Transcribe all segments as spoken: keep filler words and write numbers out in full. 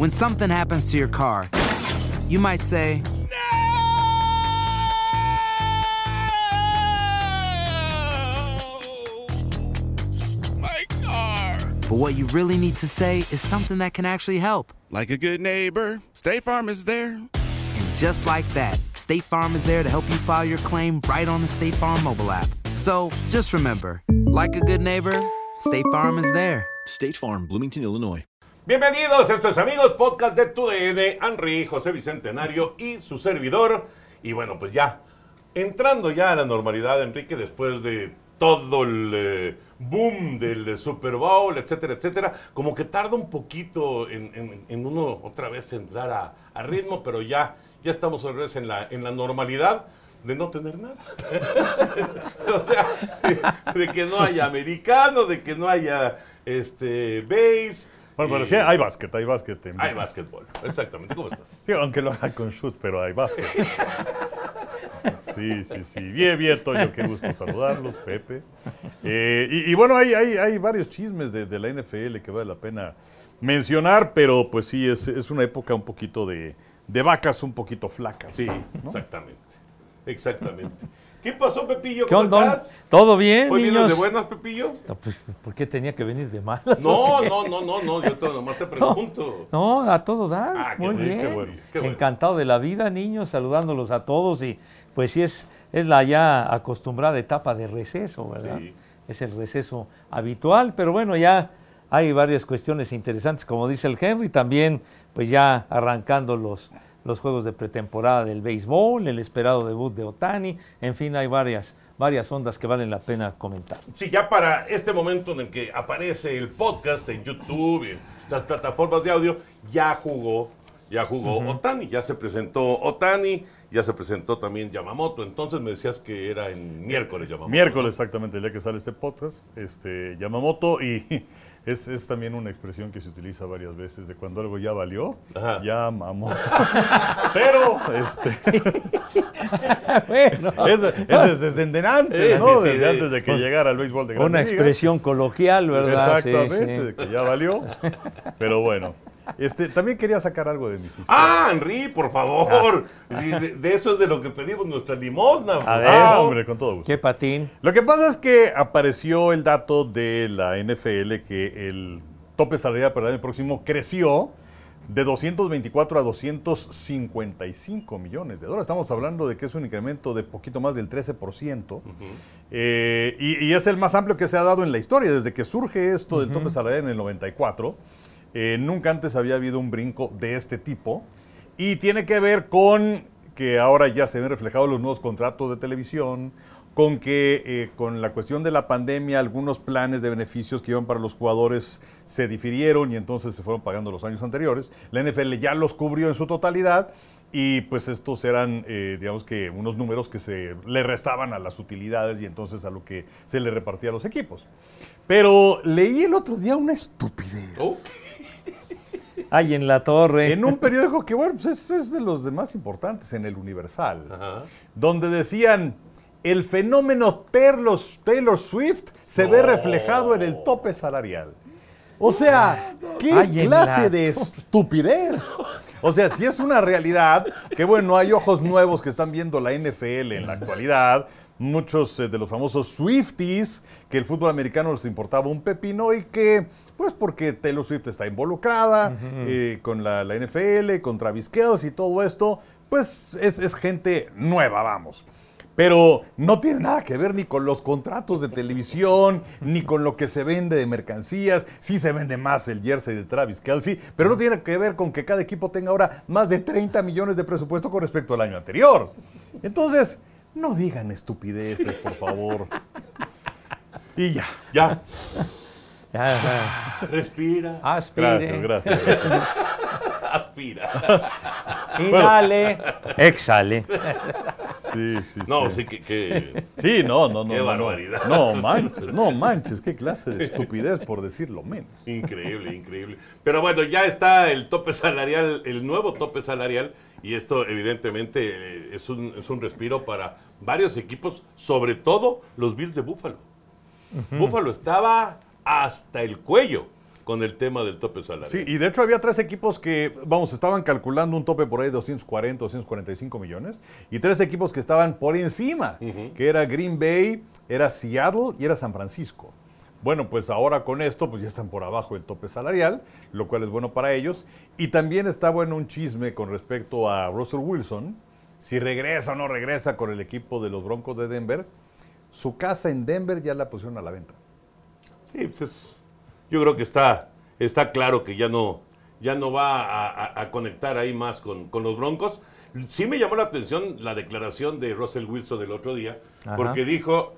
When something happens to your car, you might say, My car! but what you really need to say is something that can actually help. Like a good neighbor, State Farm is there. And just like that, State Farm is there to help you file your claim right on the State Farm mobile app. So just remember, like a good neighbor, State Farm is there. State Farm, Bloomington, Illinois. Bienvenidos, esto es Amigos, podcast de tu D N, Henry, José Bicentenario y su servidor. Y bueno, pues ya, entrando ya a la normalidad, Enrique, después de todo el eh, boom del Super Bowl, etcétera, etcétera, como que tarda un poquito en, en, en uno otra vez entrar a, a ritmo, pero ya, ya estamos otra vez en la, en la normalidad de no tener nada. O sea, de, de que no haya americano, de que no haya este base. Bueno, pero y- sí, hay básquet, hay básquet. en- Hay básquetbol, exactamente. ¿Cómo estás? Sí, aunque lo haga con shoot, pero hay básquet. Sí, sí, sí. Bien, bien, Toño, qué gusto saludarlos, Pepe. Eh, y, y bueno, hay, hay, hay varios chismes de, de la N F L que vale la pena mencionar, pero pues sí, es, es una época un poquito de, de vacas un poquito flacas. Sí, ¿no? exactamente. Exactamente. ¿Qué pasó, Pepillo? ¿Qué ¿Cómo onda? estás? ¿Todo bien, ¿Hoy vienes niños? de buenas, Pepillo? No, pues, ¿por qué tenía que venir de malas? No, ¿O qué? no, no, no, no, yo te, nomás te pregunto. No, a todo dar. Ah, qué Muy bueno, bien. qué bueno, qué bueno. Encantado de la vida, niños, saludándolos a todos. Y pues sí, es, es la ya acostumbrada etapa de receso, ¿verdad? Sí. Es el receso habitual, pero bueno, ya hay varias cuestiones interesantes, como dice el Henry. También, pues ya arrancando los, los juegos de pretemporada del béisbol, el esperado debut de Ohtani. En fin, hay varias, varias ondas que valen la pena comentar. Sí, ya para este momento en el que aparece el podcast en YouTube, en las plataformas de audio, ya jugó, ya jugó Ohtani, ya se presentó Ohtani, ya se presentó también Yamamoto. Entonces me decías que era en miércoles Yamamoto. Miércoles, exactamente, el día que sale este podcast, este, Yamamoto, y es, es también una expresión que se utiliza varias veces de cuando algo ya valió, Ajá. Yamamoto. Pero, este, Bueno, es, es desde, desde antes, Sí, ¿no? sí, sí, desde sí. antes de que llegara al béisbol de Grandes una Ligas. expresión coloquial, ¿verdad? Sí, Exactamente, sí. de que ya valió. Pero bueno, este, también quería sacar algo de mis historias. Ah, Henry, por favor. Sí, de, de eso es de lo que pedimos nuestra limosna. A ver. Ah, hombre, con todo gusto. Qué patín. Lo que pasa es que apareció el dato de la N F L que el tope salarial para el año próximo creció de doscientos veinticuatro a doscientos cincuenta y cinco millones de dólares. Estamos hablando de que es un incremento de poquito más del trece por ciento. Eh, y, y es el más amplio que se ha dado en la historia. Desde que surge esto del tope salarial en el noventa y cuatro, eh, nunca antes había habido un brinco de este tipo. Y tiene que ver con que ahora ya se ven reflejados los nuevos contratos de televisión, con que eh, con la cuestión de la pandemia algunos planes de beneficios que iban para los jugadores se difirieron y entonces se fueron pagando los años anteriores. La N F L ya los cubrió en su totalidad y pues estos eran, eh, digamos que unos números que se le restaban a las utilidades y entonces a lo que se le repartía a los equipos. Pero leí el otro día una estupidez. Oh. Ay, en la torre. En un periódico que, bueno, pues es, es de los de más importantes, en el Universal, Ajá. donde decían, el fenómeno Taylor, Taylor Swift se ve No. reflejado en el tope salarial. O sea, ¿qué Ay, en clase la de estupidez? O sea, si es una realidad, que bueno, hay ojos nuevos que están viendo la N F L en la actualidad, muchos eh, de los famosos Swifties, que el fútbol americano les importaba un pepino y que, pues porque Taylor Swift está involucrada eh, con la, la N F L, con Travis Kelce y todo esto, pues es, es gente nueva, vamos. Pero no tiene nada que ver ni con los contratos de televisión, ni con lo que se vende de mercancías. Sí se vende más el jersey de Travis Kelce, pero no tiene que ver con que cada equipo tenga ahora más de treinta millones de presupuesto con respecto al año anterior. Entonces, no digan estupideces, por favor. Y ya. Ya, Ya, ya. respira, Aspire. Gracias, gracias. gracias. aspira. Inhale. Exhale. Sí, sí, No, sí. sí que... que... Sí, no, no, no. Qué no, barbaridad. No, no manches, no manches, qué clase de estupidez por decirlo menos. Increíble, increíble. Pero bueno, ya está el tope salarial, el nuevo tope salarial, y esto evidentemente eh, es un, es un respiro para varios equipos, sobre todo los Bills de Buffalo. Buffalo estaba hasta el cuello con el tema del tope salarial. Sí, y de hecho había tres equipos que, vamos, estaban calculando un tope por ahí de doscientos cuarenta, doscientos cuarenta y cinco millones, y tres equipos que estaban por encima, uh-huh. que era Green Bay, era Seattle y era San Francisco. Bueno, pues ahora con esto, pues ya están por abajo del tope salarial, lo cual es bueno para ellos. Y también está bueno un chisme con respecto a Russell Wilson, si regresa o no regresa con el equipo de los Broncos de Denver. Su casa en Denver ya la pusieron a la venta. Sí, pues es, yo creo que está, está claro que ya no, ya no va a, a, a conectar ahí más con, con los Broncos. Sí me llamó la atención la declaración de Russell Wilson el otro día, Ajá. porque dijo...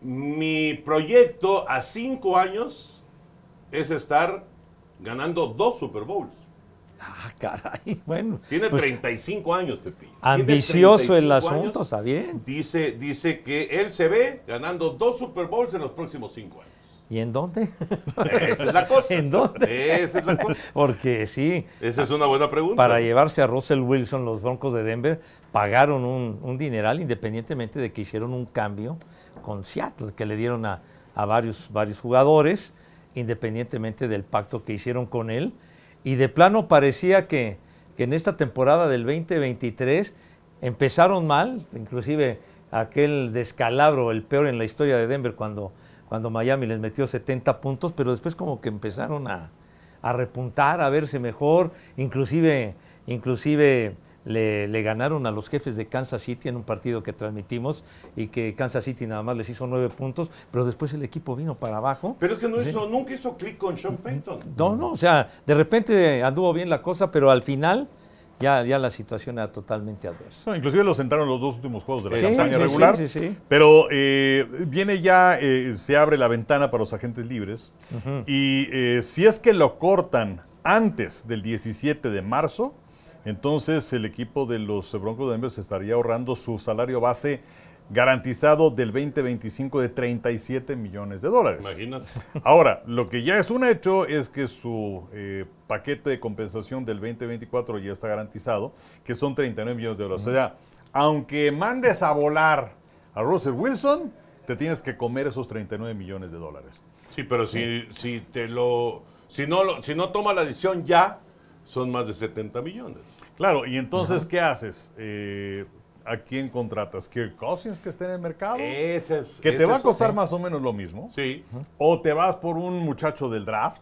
Mi proyecto a cinco años es estar ganando dos Super Bowls. Ah, caray, bueno. Tiene pues, treinta y cinco años, Pepillo. Ambicioso el asunto, años. Está bien. Dice, dice que él se ve ganando dos Super Bowls en los próximos cinco años. ¿Y en dónde? Esa es la cosa. ¿En dónde? Esa es la cosa. Porque sí. Esa es una buena pregunta. Para llevarse a Russell Wilson, los Broncos de Denver pagaron un, un dineral independientemente de que hicieron un cambio con Seattle, que le dieron a, a varios, varios jugadores, independientemente del pacto que hicieron con él. Y de plano parecía que, que en esta temporada del veinte veintitrés empezaron mal, inclusive aquel descalabro, el peor en la historia de Denver, cuando, cuando Miami les metió setenta puntos, pero después como que empezaron a, a repuntar, a verse mejor, inclusive, inclusive Le, le ganaron a los Jefes de Kansas City en un partido que transmitimos y que Kansas City nada más les hizo nueve puntos, pero después el equipo vino para abajo. Pero es que no ¿sí? hizo, nunca hizo clic con Sean Payton. No, no, o sea, de repente anduvo bien la cosa, pero al final ya, ya la situación era totalmente adversa. No, inclusive lo sentaron los dos últimos juegos de la sí, campaña sí, regular, sí, sí, sí. pero eh, viene ya, eh, se abre la ventana para los agentes libres uh-huh. y eh, si es que lo cortan antes del diecisiete de marzo, entonces el equipo de los Broncos de Denver se estaría ahorrando su salario base garantizado del veinte veinticinco de treinta y siete millones de dólares. Imagínate. Ahora, lo que ya es un hecho es que su eh, paquete de compensación del veinte veinticuatro ya está garantizado, que son treinta y nueve millones de dólares. Uh-huh. O sea, aunque mandes a volar a Russell Wilson, te tienes que comer esos treinta y nueve millones de dólares. Sí, pero si, si te lo, si no lo, si no toma la decisión ya, son más de setenta millones. Claro, y entonces, uh-huh. ¿qué haces? Eh, ¿A quién contratas? ¿Kirk Cousins que esté en el mercado? Ese es, que ese te va a es, costar sí. más o menos lo mismo. Sí. Uh-huh. O te vas por un muchacho del draft.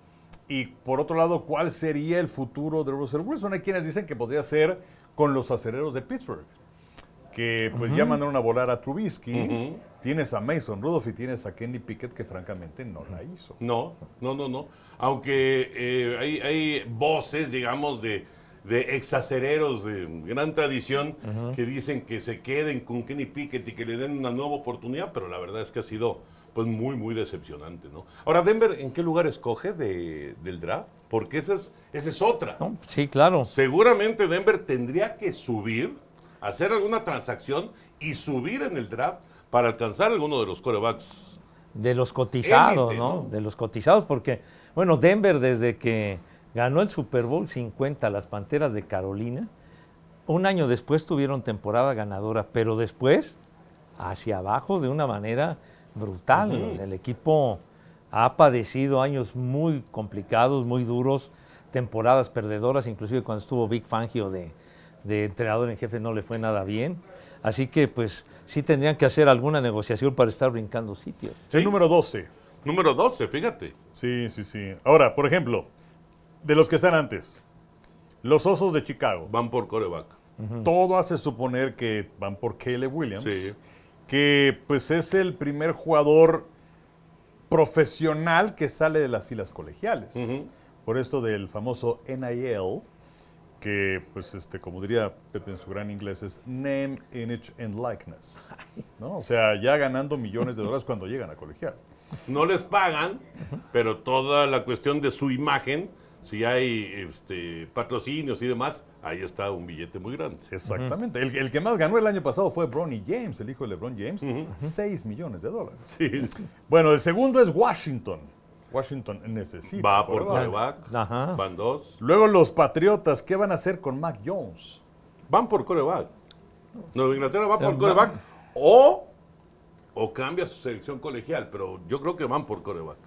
Y por otro lado, ¿cuál sería el futuro de Russell Wilson? Hay quienes dicen que podría ser con los acereros de Pittsburgh. Que pues uh-huh. ya mandaron a volar a Trubisky. Uh-huh. Tienes a Mason Rudolph y tienes a Kenny Pickett, que francamente no la hizo. No, no, no, no. Aunque eh, hay, hay voces, digamos, de, de exacereros de gran tradición uh-huh. que dicen que se queden con Kenny Pickett y que le den una nueva oportunidad, pero la verdad es que ha sido pues muy, muy decepcionante, ¿no? Ahora, Denver, ¿en qué lugar escoge de, del draft? Porque esa es, esa es otra. No, sí, claro. Seguramente Denver tendría que subir, hacer alguna transacción y subir en el draft para alcanzar alguno de los quarterbacks. De los cotizados, élite, ¿no? ¿no? De los cotizados, porque, bueno, Denver desde que ganó el Super Bowl cincuenta, las Panteras de Carolina, un año después tuvieron temporada ganadora, pero después hacia abajo de una manera brutal. Uh-huh. O sea, el equipo ha padecido años muy complicados, muy duros, temporadas perdedoras, inclusive cuando estuvo Vic Fangio de, de entrenador en jefe no le fue nada bien. Así que, pues, sí tendrían que hacer alguna negociación para estar brincando sitios. Sí. El número doce. Número doce, fíjate. Sí, sí, sí. Ahora, por ejemplo, de los que están antes, los Osos de Chicago. Van por quarterback. Uh-huh. Todo hace suponer que van por Caleb Williams. Sí. Que, pues, es el primer jugador profesional que sale de las filas colegiales. Uh-huh. Por esto del famoso N I L, que, pues, este, como diría Pepe en su gran inglés, es Name, Image and Likeness, ¿no? O sea, ya ganando millones de dólares cuando llegan a colegial. No les pagan, pero toda la cuestión de su imagen, si hay este, patrocinios y demás, ahí está un billete muy grande. Exactamente. Uh-huh. El, el que más ganó el año pasado fue Bronny James, el hijo de LeBron James, uh-huh. seis millones de dólares. Sí. Bueno, el segundo es Washington. Washington necesita. Va por quarterback, van dos. Luego los Patriotas, ¿qué van a hacer con Mac Jones? Van por quarterback. Nueva Inglaterra va por quarterback o, o cambia su selección colegial, pero yo creo que van por quarterback.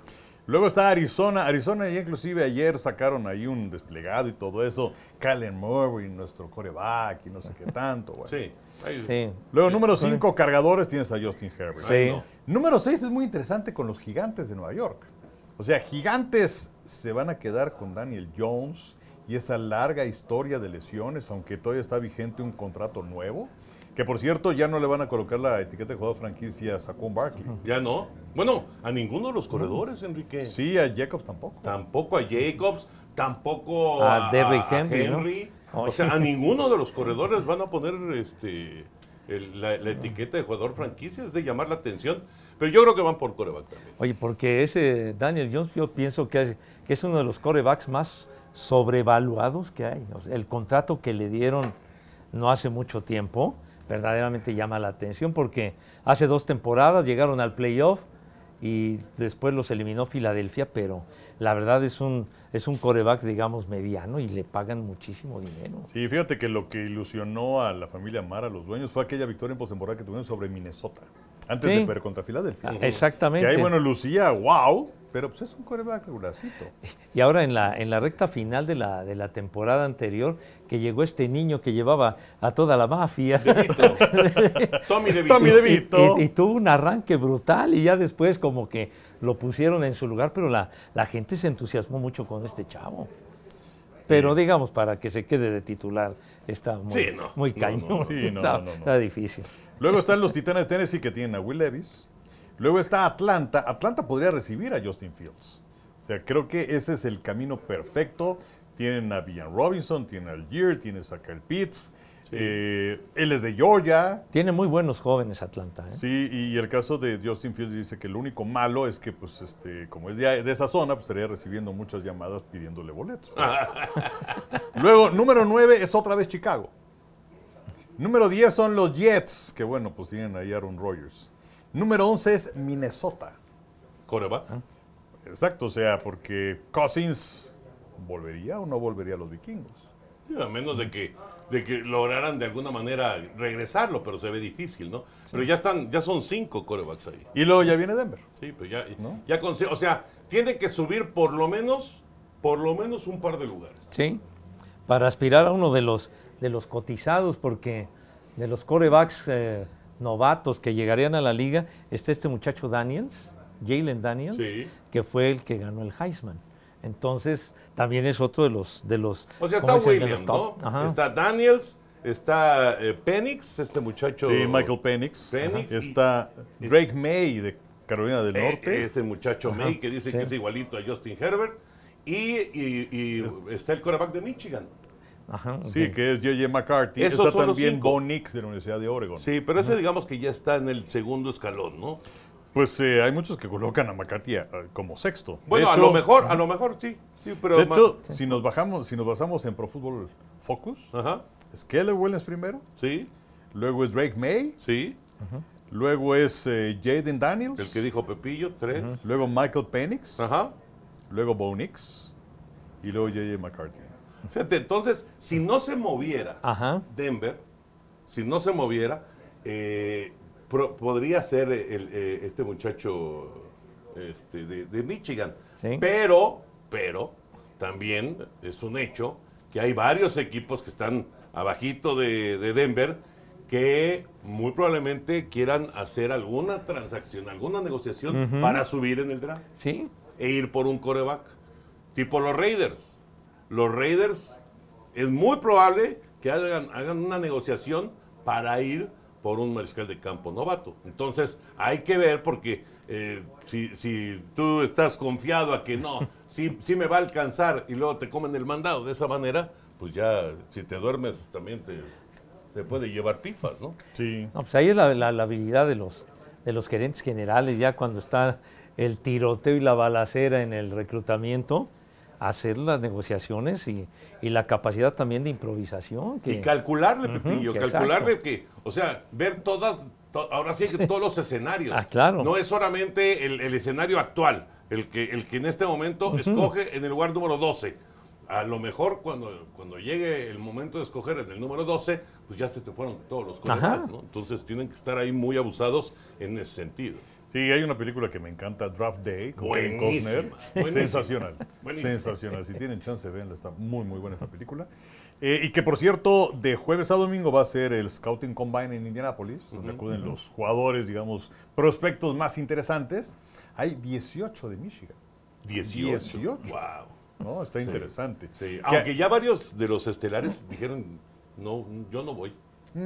Luego está Arizona. Arizona ya inclusive ayer sacaron ahí un desplegado y todo eso. Kyler Murray, nuestro coreback y no sé qué tanto. Bueno. Sí. Ahí- Sí. Luego, número cinco, cargadores, tienes a Justin Herbert. Sí. Ay, no. Número seis es muy interesante con los Gigantes de Nueva York. O sea, Gigantes se van a quedar con Daniel Jones y esa larga historia de lesiones, aunque todavía está vigente un contrato nuevo. Que por cierto, ya no le van a colocar la etiqueta de jugador franquicia a Saquon Barkley. Ya no. Bueno, a ninguno de los corredores, Enrique. Sí, a Jacobs tampoco. Tampoco a Jacobs, tampoco A a, Derrick a Henry, ¿no? Henry. O Oye. sea, a ninguno de los corredores van a poner este el- la, la etiqueta de jugador franquicia, es de llamar la atención. Pero yo creo que van por coreback también. Oye, porque ese Daniel Jones yo pienso que es, que es uno de los corebacks más sobrevaluados que hay. O sea, el contrato que le dieron no hace mucho tiempo verdaderamente llama la atención porque hace dos temporadas llegaron al playoff y después los eliminó Filadelfia, pero la verdad es un, es un coreback, digamos, mediano y le pagan muchísimo dinero. Sí, fíjate que lo que ilusionó a la familia Mara, a los dueños, fue aquella victoria en postemporada que tuvieron sobre Minnesota, antes Sí. de perder contra Filadelfia. Exactamente. Que ahí, bueno, lucía, wow, pero pues es un coreback regularcito. Y ahora en la, en la recta final de la, de la temporada anterior, que llegó este niño que llevaba a toda la mafia. Tommy DeVito. Tommy DeVito. Y, y- y tuvo un arranque brutal y ya después como que lo pusieron en su lugar, pero la, la gente se entusiasmó mucho con este chavo. Pero digamos, para que se quede de titular, está muy, Sí, no. muy No, cañón. no, sí, no, está, no, no. está difícil. Luego están los Titanes de Tennessee que tienen a Will Levis. Luego está Atlanta. Atlanta podría recibir a Justin Fields. O sea, creo que ese es el camino perfecto. Tienen a Villan Robinson, tienen a Algier, tienes a Kyle Pitts. Eh, él es de Georgia. Tiene muy buenos jóvenes Atlanta. ¿eh? Sí, y el caso de Justin Fields dice que lo único malo es que, pues, este, como es de, de esa zona, pues estaría recibiendo muchas llamadas pidiéndole boletos. Luego, número nueve es otra vez Chicago. Número diez son los Jets, que bueno, pues tienen ahí a Aaron Rodgers. Número once es Minnesota. Coreback. Exacto, o sea, porque Cousins volvería o no volvería a los vikingos. Sí, a menos de que, de que lograran de alguna manera regresarlo, pero se ve difícil, ¿no? Pero ya están, ya son cinco corebacks ahí. Y luego ya viene Denver. Sí, pues ya, ¿No? ya conse- o sea, tiene que subir por lo menos, por lo menos un par de lugares. Sí, para aspirar a uno de los, de los cotizados, porque de los corebacks eh, novatos que llegarían a la liga, está este muchacho Daniels, Jalen Daniels, Sí. que fue el que ganó el Heisman. Entonces, también es otro de los... De los O sea, ¿cómo está dicen? De Williams, los ¿no? top. Ajá. Está Daniels, está eh, Penix, este muchacho. Sí, Michael Penix. Penix. Está Drake May de Carolina del Eh, Norte. ese muchacho May que dice sí. que es igualito a Justin Herbert. Y, y- y está el quarterback de Michigan. Ajá, Sí, ok. que es J J McCarthy. Esos Está son los también cinco. Bo Nix de la Universidad de Oregon. Sí, pero ese digamos que ya está en el segundo escalón, ¿no? Pues eh, hay muchos que colocan a McCarthy eh, como sexto. De Bueno, a hecho- lo mejor, a lo mejor sí. Sí, pero De ma- hecho, si nos bajamos, si nos basamos en Pro Football Focus, Ajá, es Keller Williams primero, sí, luego es Drake May, sí. luego es eh, Jaden Daniels, El que dijo Pepillo, tres. luego Michael Penix, Ajá. luego Bo Nix y luego J J McCarthy. Fíjate, entonces, si no se moviera Ajá. Denver, si no se moviera, eh, pro- podría ser el, eh, este muchacho este, de, de Michigan. Sí. Pero, pero, también es un hecho que hay varios equipos que están abajito de, de Denver que muy probablemente quieran hacer alguna transacción, alguna negociación para subir en el draft Sí, e ir por un coreback, tipo los Raiders. Los Raiders es muy probable que hagan, hagan una negociación para ir por un mariscal de campo novato. Entonces hay que ver porque eh, si, si tú estás confiado a que no, sí, sí me va a alcanzar y luego te comen el mandado de esa manera, pues ya si te duermes también te, te puede llevar pifas, ¿no? Sí. no, pues ahí es la, la- la habilidad de los, de los gerentes generales, ya cuando está el tiroteo y la balacera en el reclutamiento, hacer las negociaciones y, y la capacidad también de improvisación. Que, Y calcularle, Ujú, Pepillo, que calcularle exacto. que, o sea, ver todas, to- ahora sí que todos los escenarios. Ah, claro. No es solamente el, el escenario actual, el que, el que en este momento escoge en el lugar número doce. A lo mejor cuando, cuando llegue el momento de escoger en el número doce, pues ya se te fueron todos los Ajá. quarterbacks, ¿no? Entonces tienen que estar ahí muy abusados en ese sentido. Sí, hay una película que me encanta, Draft Day, con Kevin Costner. Buenísima. Sensacional. Buenísima. Sensacional. Si tienen chance, véanla, está muy, muy buena esa película. Eh, y que, por cierto, de jueves a domingo va a ser el Scouting Combine en Indianapolis, donde acuden los jugadores, digamos, prospectos más interesantes. Hay dieciocho de Michigan. dieciocho. dieciocho. Wow. No, está interesante. Sí, Que- aunque ya varios de los estelares dijeron, no, yo no voy.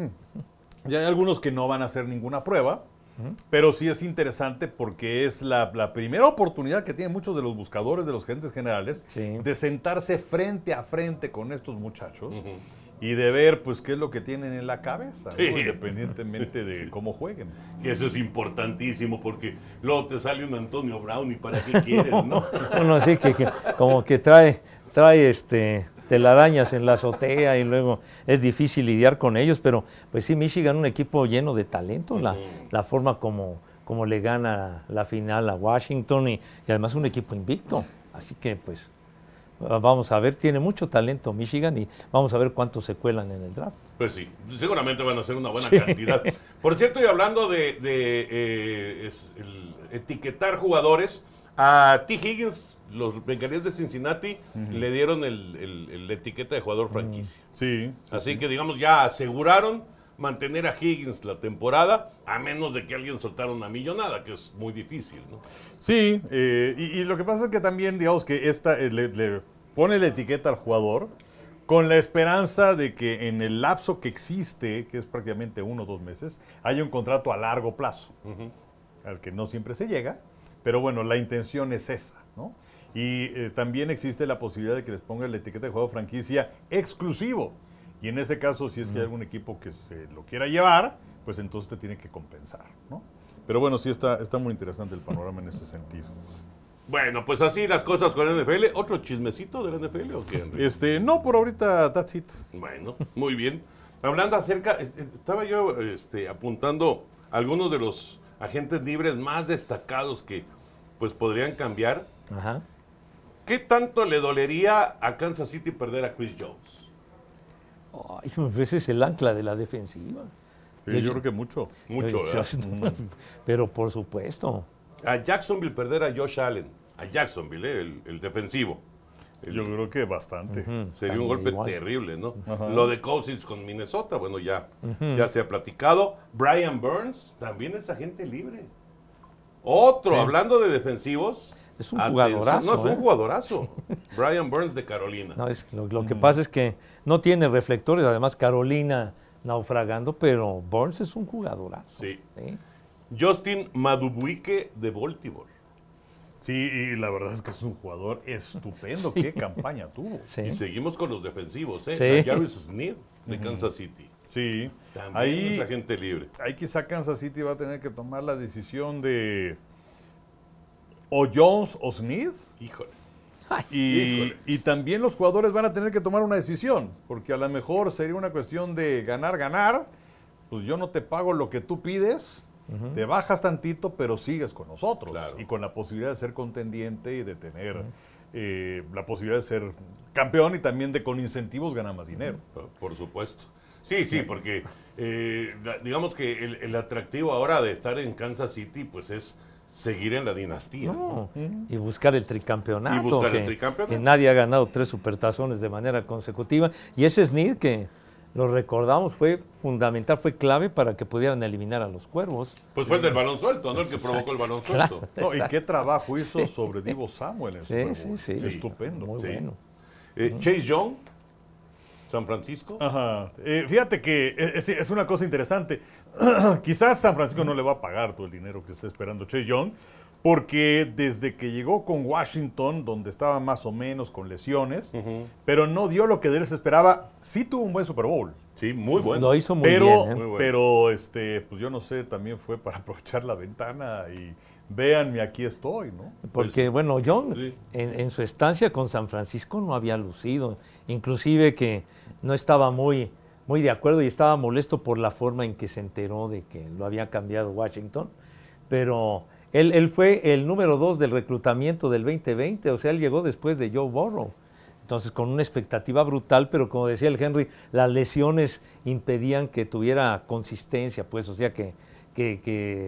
Ya hay algunos que no van a hacer ninguna prueba, pero sí es interesante porque es la, la primera oportunidad que tienen muchos de los buscadores, de los gerentes generales, Sí. de sentarse frente a frente con estos muchachos y de ver pues qué es lo que tienen en la cabeza, ¿no? Sí. Independientemente de cómo jueguen. Que eso es importantísimo porque luego te sale un Antonio Brown y para qué quieres, ¿no? Uno así que, que como que trae, trae este telarañas en la azotea y luego es difícil lidiar con ellos, pero pues sí, Michigan un equipo lleno de talento, la, la forma como, como le gana la final a Washington y, y además un equipo invicto, así que pues vamos a ver, tiene mucho talento Michigan y vamos a ver cuántos se cuelan en el draft. Pues sí, seguramente van a ser una buena Sí. cantidad. Por cierto, y hablando de, de, eh, es el etiquetar jugadores, a T. Higgins, los Bengalíes de Cincinnati le dieron el, el- el- la etiqueta de jugador franquicia. Sí. sí, Así sí. que, digamos, ya aseguraron mantener a Higgins la temporada, a menos de que alguien soltara una millonada, que es muy difícil, ¿no? Sí, eh, y, y lo que pasa es que también, digamos que esta eh, le, le pone la etiqueta al jugador con la esperanza de que en el lapso que existe, que es prácticamente uno o dos meses, haya un contrato a largo plazo, al que no siempre se llega, pero bueno, la intención es esa, ¿no? Y eh, también existe la posibilidad de que les ponga la etiqueta de jugador franquicia exclusivo. Y en ese caso, si es que hay algún equipo que se lo quiera llevar, pues entonces te tiene que compensar, ¿no? Pero bueno, sí está, está muy interesante el panorama en ese sentido. Bueno, pues así las cosas con la N F L. ¿Otro chismecito de la N F L o qué, Enrique? Este, no, por ahorita, that's it. Bueno, muy bien. Hablando acerca, es- estaba yo este, apuntando algunos de los agentes libres más destacados que pues podrían cambiar. Ajá. ¿Qué tanto le dolería a Kansas City perder a Chris Jones? Ay, ese es el ancla de la defensiva. Sí, yo creo que mucho. Mucho, ¿verdad? Pero por supuesto. A Jacksonville perder a Josh Allen. A Jacksonville, ¿eh? el, el defensivo. El- Yo creo que bastante. Sería un También golpe igual. terrible, ¿no? Ajá. Lo de Cousins con Minnesota, bueno, ya, ya se ha platicado. Brian Burns también es agente libre. Otro, Sí. hablando de defensivos. Es un atención, jugadorazo, No, es un ¿eh? jugadorazo. Brian Burns de Carolina. No, es, lo lo que pasa es que no tiene reflectores, además Carolina naufragando, pero Burns es un jugadorazo. Sí. ¿sí? Justin Madubuike de Baltimore. Sí, y la verdad es que es un jugador estupendo. Qué campaña tuvo. Sí. Y seguimos con los defensivos, ¿eh? Sí. A Jarvis Sneed de Kansas City. Sí. También Ahí, es agente libre. ahí quizá Kansas City va a tener que tomar la decisión de o Jones o Smith. Híjole. Y, Híjole. y también los jugadores van a tener que tomar una decisión, porque a lo mejor sería una cuestión de ganar, ganar. Pues yo no te pago lo que tú pides, te bajas tantito, pero sigues con nosotros. Claro. Y con la posibilidad de ser contendiente y de tener eh, la posibilidad de ser campeón y también de con incentivos ganar más dinero. Por supuesto. Sí, sí, porque eh, la- digamos que el, el atractivo ahora de estar en Kansas City, pues es seguir en la dinastía. ¿no? No, y buscar el tricampeonato. Y buscar el que, tricampeonato. que nadie ha ganado tres supertazones de manera consecutiva. Y ese Snead, que lo recordamos, fue fundamental, fue clave para que pudieran eliminar a los Cuervos. Pues fue el del balón suelto, ¿no? El que provocó el balón Claro. suelto. No, y qué trabajo hizo sobre Divo Samuel en Sí, Super sí, Bowl. sí. Estupendo. Muy Sí. bueno. Eh, Chase Young, San Francisco. Ajá. Eh, fíjate que es, es una cosa interesante. Quizás San Francisco no le va a pagar todo el dinero que está esperando Chase Young, porque desde que llegó con Washington, donde estaba más o menos con lesiones, pero no dio lo que de él se esperaba, sí tuvo un buen Super Bowl. Sí, muy bueno. Lo hizo muy pero, bien. ¿eh? Muy bueno. pero este, pues yo no sé, también fue para aprovechar la ventana y véanme, aquí estoy, ¿no? Porque, bueno, John sí. en, en su estancia con San Francisco no había lucido. Inclusive que no estaba muy, muy de acuerdo y estaba molesto por la forma en que se enteró de que lo había cambiado Washington. Pero él, él fue el número dos del reclutamiento del veinte veinte, o sea, él llegó después de Joe Burrow. Entonces, con una expectativa brutal, pero como decía el Henry, las lesiones impedían que tuviera consistencia, pues, o sea, que, que, que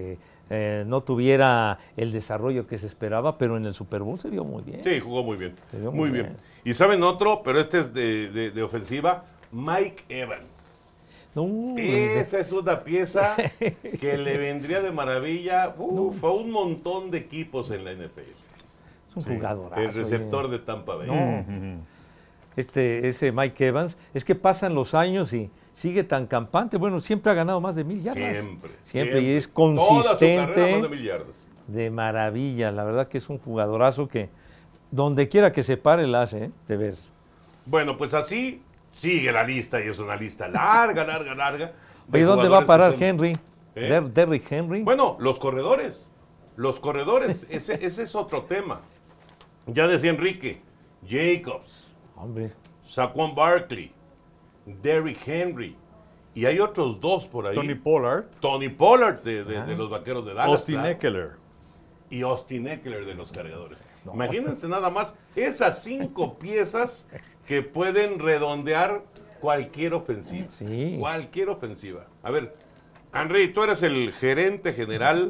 eh, no tuviera el desarrollo que se esperaba, pero en el Super Bowl se vio muy bien. Sí, jugó muy bien. Se vio Muy, muy bien. bien. Y saben otro, pero este es de, de- de ofensiva, Mike Evans. No, Esa es una pieza que le vendría de maravilla uf, a un montón de equipos en la N F L. es un jugadorazo. El receptor oye. de Tampa Bay. No. Este, ese Mike Evans, es que pasan los años y sigue tan campante. Bueno, siempre ha ganado más de mil yardas. Siempre, Siempre, y es Toda su carrera consistente. más de mil yardas. De maravilla, la verdad que es un jugadorazo que donde quiera que se pare la hace, ¿eh? De ver. Bueno, pues así sigue la lista y es una lista larga, larga, larga. de ¿Y dónde va a jugadores parar que son- Henry? ¿Eh? Der- Derrick Henry. Bueno, los corredores. Los corredores, ese, ese es otro tema. Ya decía Enrique, Jacobs, Hombre, Saquon Barkley, Derrick Henry. Y hay otros dos por ahí. Tony Pollard, Tony Pollard de, de- de los Vaqueros de Dallas. Austin claro, Eckler. y Austin Eckler de los Cargadores. Imagínense nada más esas cinco piezas que pueden redondear cualquier ofensiva. Sí. Cualquier ofensiva. A ver, Henry, tú eres el gerente general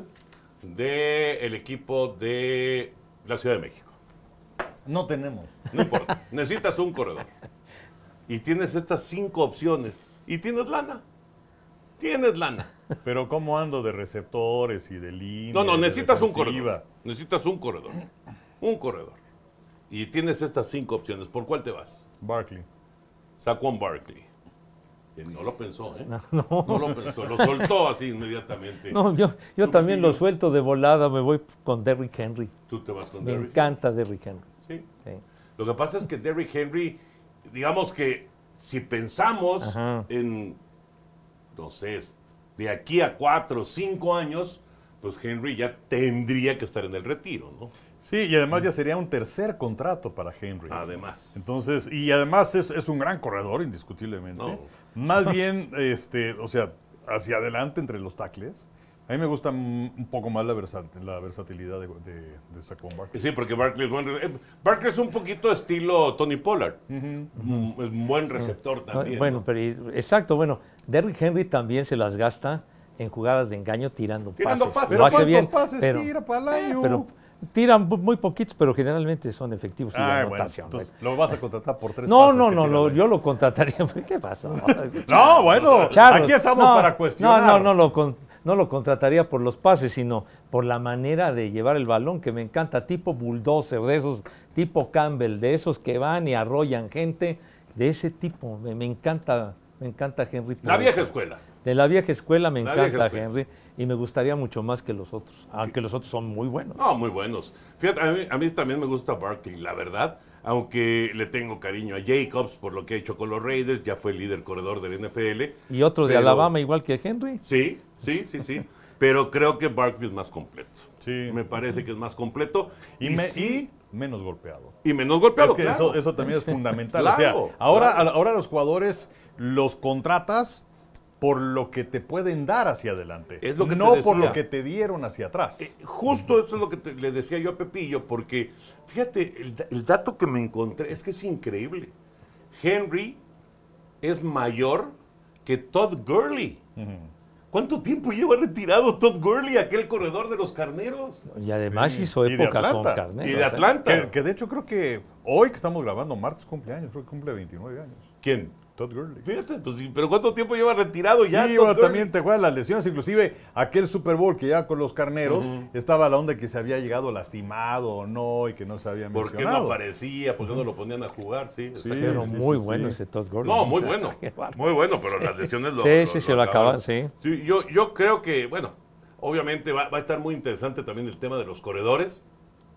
del equipo de la Ciudad de México. No tenemos. No importa. Necesitas un corredor. Y tienes estas cinco opciones. Y tienes lana. Tienes lana. Pero ¿cómo ando de receptores y de línea? No, no, de necesitas un defensiva? corredor. Necesitas un corredor. Un corredor. Y tienes estas cinco opciones. ¿Por cuál te vas? Barkley. Saquon Barkley. Él no lo pensó, ¿eh? No, lo pensó. Lo soltó así inmediatamente. no, yo, yo Tú, también lo Pepillo. suelto de volada, me voy con Derrick Henry. Tú te vas con Me Derrick. encanta Derrick Henry. Sí. Sí. Lo que pasa es que Derrick Henry, digamos que si pensamos Ajá. en, no sé, de aquí a cuatro o cinco años, pues Henry ya tendría que estar en el retiro, ¿no? Sí, y además ya sería un tercer contrato para Henry. Además. Entonces, y además es, es un gran corredor, indiscutiblemente. No. Más bien, este, o sea, hacia adelante entre los tackles. A mí me gusta un un poco más la, versat- la versatilidad de, de, de Saquon Barkley. Sí, porque Barkley es buen re- eh, Barkley es un poquito estilo Tony Pollard. Mm, Es un buen receptor también. Bueno, ¿no? pero y- exacto, bueno, Derrick Henry también se las gasta en jugadas de engaño tirando, Tirando pases. pases. Lo Pero hace ¿cuántos bien, pases pero, tira para el año? pero tiran mu- muy poquitos, pero generalmente son efectivos y de Ay, bueno, anotación. entonces, lo vas a contratar por tres no, pases no, que no, tira lo- al año. yo lo contrataría. ¿Qué pasó? No, bueno, Charlos, aquí estamos no, para cuestionar. No, no, no lo, con- no lo contrataría por los pases, sino por la manera de llevar el balón, que me encanta, tipo bulldozer, de esos, tipo Campbell, de esos que van y arrollan gente, de ese tipo. Me, me encanta, me encanta Henry. por La vieja eso. escuela. De la vieja escuela me La vieja encanta escuela. Henry y me gustaría mucho más que los otros, aunque los otros son muy buenos. No, muy buenos. Fíjate, a mí, a mí también me gusta Barkley, la verdad, aunque le tengo cariño a Jacobs por lo que ha hecho con los Raiders, ya fue el líder corredor del N F L. Y otro de Pero- Alabama igual que Henry. Sí, sí, sí, sí. Pero creo que Barkley es más completo. Sí. Me parece que es más completo. Y, me- sí, y menos golpeado. y menos golpeado, Es que claro. eso, eso también es fundamental. Claro, o sea, ahora, claro. ahora los jugadores los contratas por lo que te pueden dar hacia adelante. Es lo que te no por decía. lo que te dieron hacia atrás. Eh, justo eso es lo que te- le decía yo a Pepillo, porque fíjate, el, da- el dato que me encontré es que es increíble. Henry es mayor que Todd Gurley. ¿Cuánto tiempo lleva retirado Todd Gurley, aquel corredor de los carneros? Y además Sí. hizo Y de época con Atlanta. Carneros. Y de ¿eh? Atlanta. Que, que de hecho creo que hoy que estamos grabando, martes cumpleaños, creo que cumple veintinueve años. ¿Quién? Todd Gurley. Fíjate, pues, sí, pero ¿cuánto tiempo lleva retirado ya? Sí, Todd bueno, Gurley? también te acuerdas las lesiones, inclusive aquel Super Bowl que ya con los carneros estaba la onda de que se había llegado lastimado o no y que no se había ¿Por qué no mencionado. aparecía? ¿Por qué no lo ponían a jugar? Sí, Sí, exacto. Pero sí, muy sí, bueno sí. ese Todd Gurley. No, muy bueno. Qué bárbaro. Muy bueno, pero las lesiones lo Sí, sí, se lo acaban, sí. yo, yo creo que, bueno, obviamente va, va a estar muy interesante también el tema de los corredores.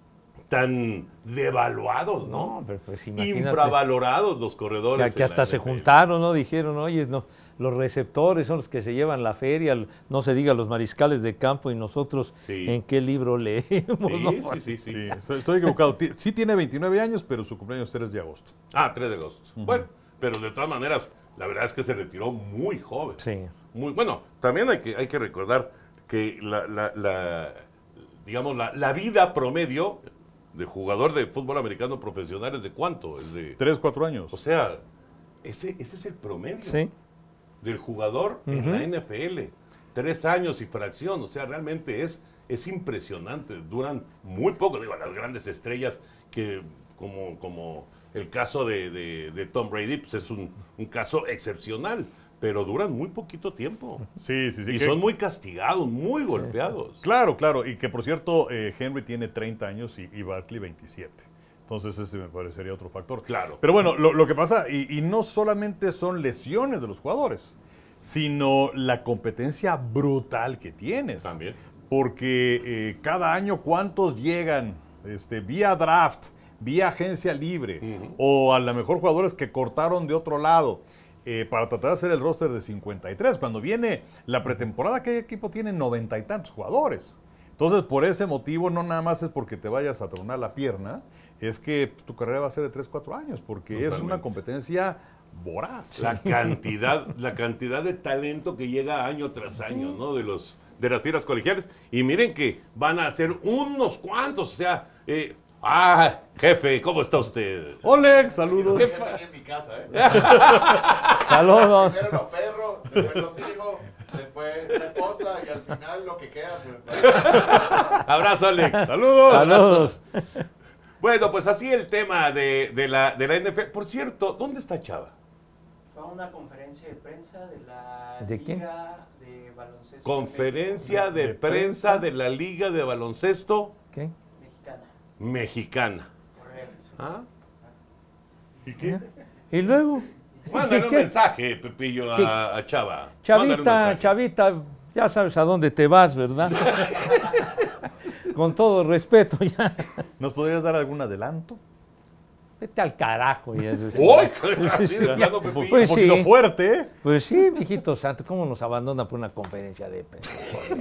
Tan devaluados, ¿no? No, pero pues imagínate. Infravalorados los corredores. Que, que en hasta la se N F L. juntaron, ¿no? Dijeron, oye, no, los receptores son los que se llevan la feria, no se diga los mariscales de campo y nosotros Sí. en qué libro leemos, ¿no? Sí, sí, sí, sí. Sí, estoy estoy equivocado. Ti- Sí tiene veintinueve años, pero su cumpleaños es tres de agosto. Ah, tres de agosto. Bueno, pero de todas maneras, la verdad es que se retiró muy joven. Sí. Muy, bueno, también hay que, hay que recordar que la, la- la- digamos, la, la vida promedio de jugador de fútbol americano profesional es de cuánto? Es de, Tres, cuatro años. o sea, ese, ese es el promedio Sí. del jugador en la N F L. tres años y fracción, o sea, realmente es, es impresionante, duran muy poco, digo, las grandes estrellas que como, como el caso de, de, de Tom Brady, pues es un, un caso excepcional, pero duran muy poquito tiempo. Sí, sí, sí. Y que- son muy castigados, muy golpeados. Claro, claro. Y que por cierto, eh, Henry tiene treinta años y, y Barkley veintisiete. Entonces ese me parecería otro factor. Claro. Pero bueno, lo, lo que pasa, y, y no solamente son lesiones de los jugadores, sino la competencia brutal que tienes. También. Porque eh, cada año cuántos llegan este, vía draft, vía agencia libre, Ujú. o a lo mejor jugadores que cortaron de otro lado. eh, para tratar de hacer el roster de cincuenta y tres. Cuando viene la pretemporada, ¿qué equipo tiene noventa y tantos jugadores? Entonces, por ese motivo, no nada más es porque te vayas a tronar la pierna, es que tu carrera va a ser de tres, cuatro años, porque es Totalmente. una competencia voraz. La cantidad, la cantidad de talento que llega año tras año, ¿no? De los de las filas colegiales. Y miren que van a ser unos cuantos, o sea, eh, ah, jefe, ¿cómo está usted? Oleg, saludos. Yo tenía en mi casa, ¿eh? Saludos. Primero los perros, después los hijos, después la esposa y al final lo que queda. Pues, Abrazo, Alex. Saludos. Saludos. Bueno, pues así el tema de, de la, de la N F L. Por cierto, ¿dónde está Chava? Fue a una conferencia de prensa de la ¿De quién? Liga de Baloncesto Conferencia de, de prensa prensa de la Liga de Baloncesto ¿Qué? Mexicana. Mexicana. Correcto. ¿Ah? ¿Y qué? Y luego. Mándale un ¿Qué? mensaje, Pepillo, ¿Qué? a, a Chava. Mándale un Chavita, mensaje. Chavita, ya sabes a dónde te vas, ¿verdad? Con todo respeto, ya. ¿Nos podrías dar algún adelanto? Vete al carajo. Ya. ¡Uy! Así de plano, Pepillo. Pues Un poquito sí. fuerte, ¿eh? Pues sí, mijito santo, ¿cómo nos abandona por una conferencia de prensa?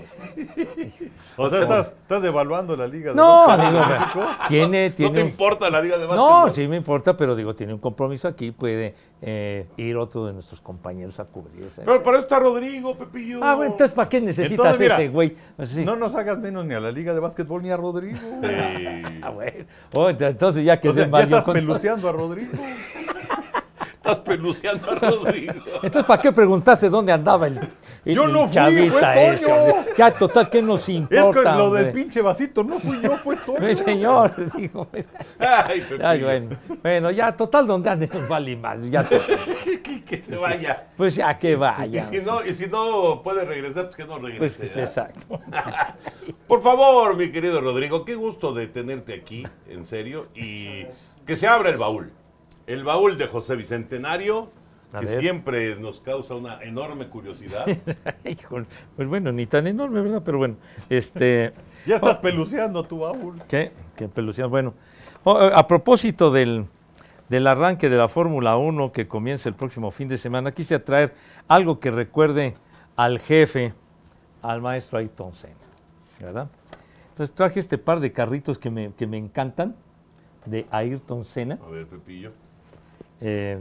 O sea, estás, estás devaluando la liga de No, básquet digo, en México. tiene, ¿No tiene te un- importa la Liga de Básquet? No, sí me importa, pero digo, tiene un compromiso aquí, puede eh, ir otro de nuestros compañeros a cubrir esa. Pero para eso está Rodrigo, Pepillo. Ah, bueno, entonces, ¿para qué necesitas Entonces, mira, ese güey? Pues sí. No nos hagas menos ni a la liga de básquetbol ni a Rodrigo. Sí. Ah, bueno. Oh, entonces ya que O sea, se ya mal yo estás con- peluceando a Rodrigo. Estás peluceando a Rodrigo. Entonces, ¿para qué preguntaste dónde andaba el, el Yo no fui, chavita fue ese, Toño. hombre? Ya, total, ¿qué nos Es importa, que lo del hombre? pinche vasito no fui yo, fue Toño. Eh, señor, digo, Ay, Pepillo. ay, bueno, bueno, ya, total, ¿dónde ande? Nos vale más, ya, total. que, que se vaya. Pues ya que Y vaya. si no, y si no puede regresar, pues que no regrese. Pues, pues, ¿eh? exacto. Por favor, mi querido Rodrigo, qué gusto de tenerte aquí, en serio, y que se abra el baúl. El baúl de José Bicentenario, A que ver. siempre nos causa una enorme curiosidad. Híjole, pues bueno, ni tan enorme, ¿verdad? Pero bueno, este... Ya estás peluceando tu baúl. ¿Qué? ¿Qué pelucía? Bueno, o- a propósito del, del arranque de la Fórmula uno que comienza el próximo fin de semana, quise traer algo que recuerde al jefe, al maestro Ayrton Senna, ¿verdad? Entonces traje este par de carritos que me, que me encantan, de Ayrton Senna. A ver, Pepillo. Eh,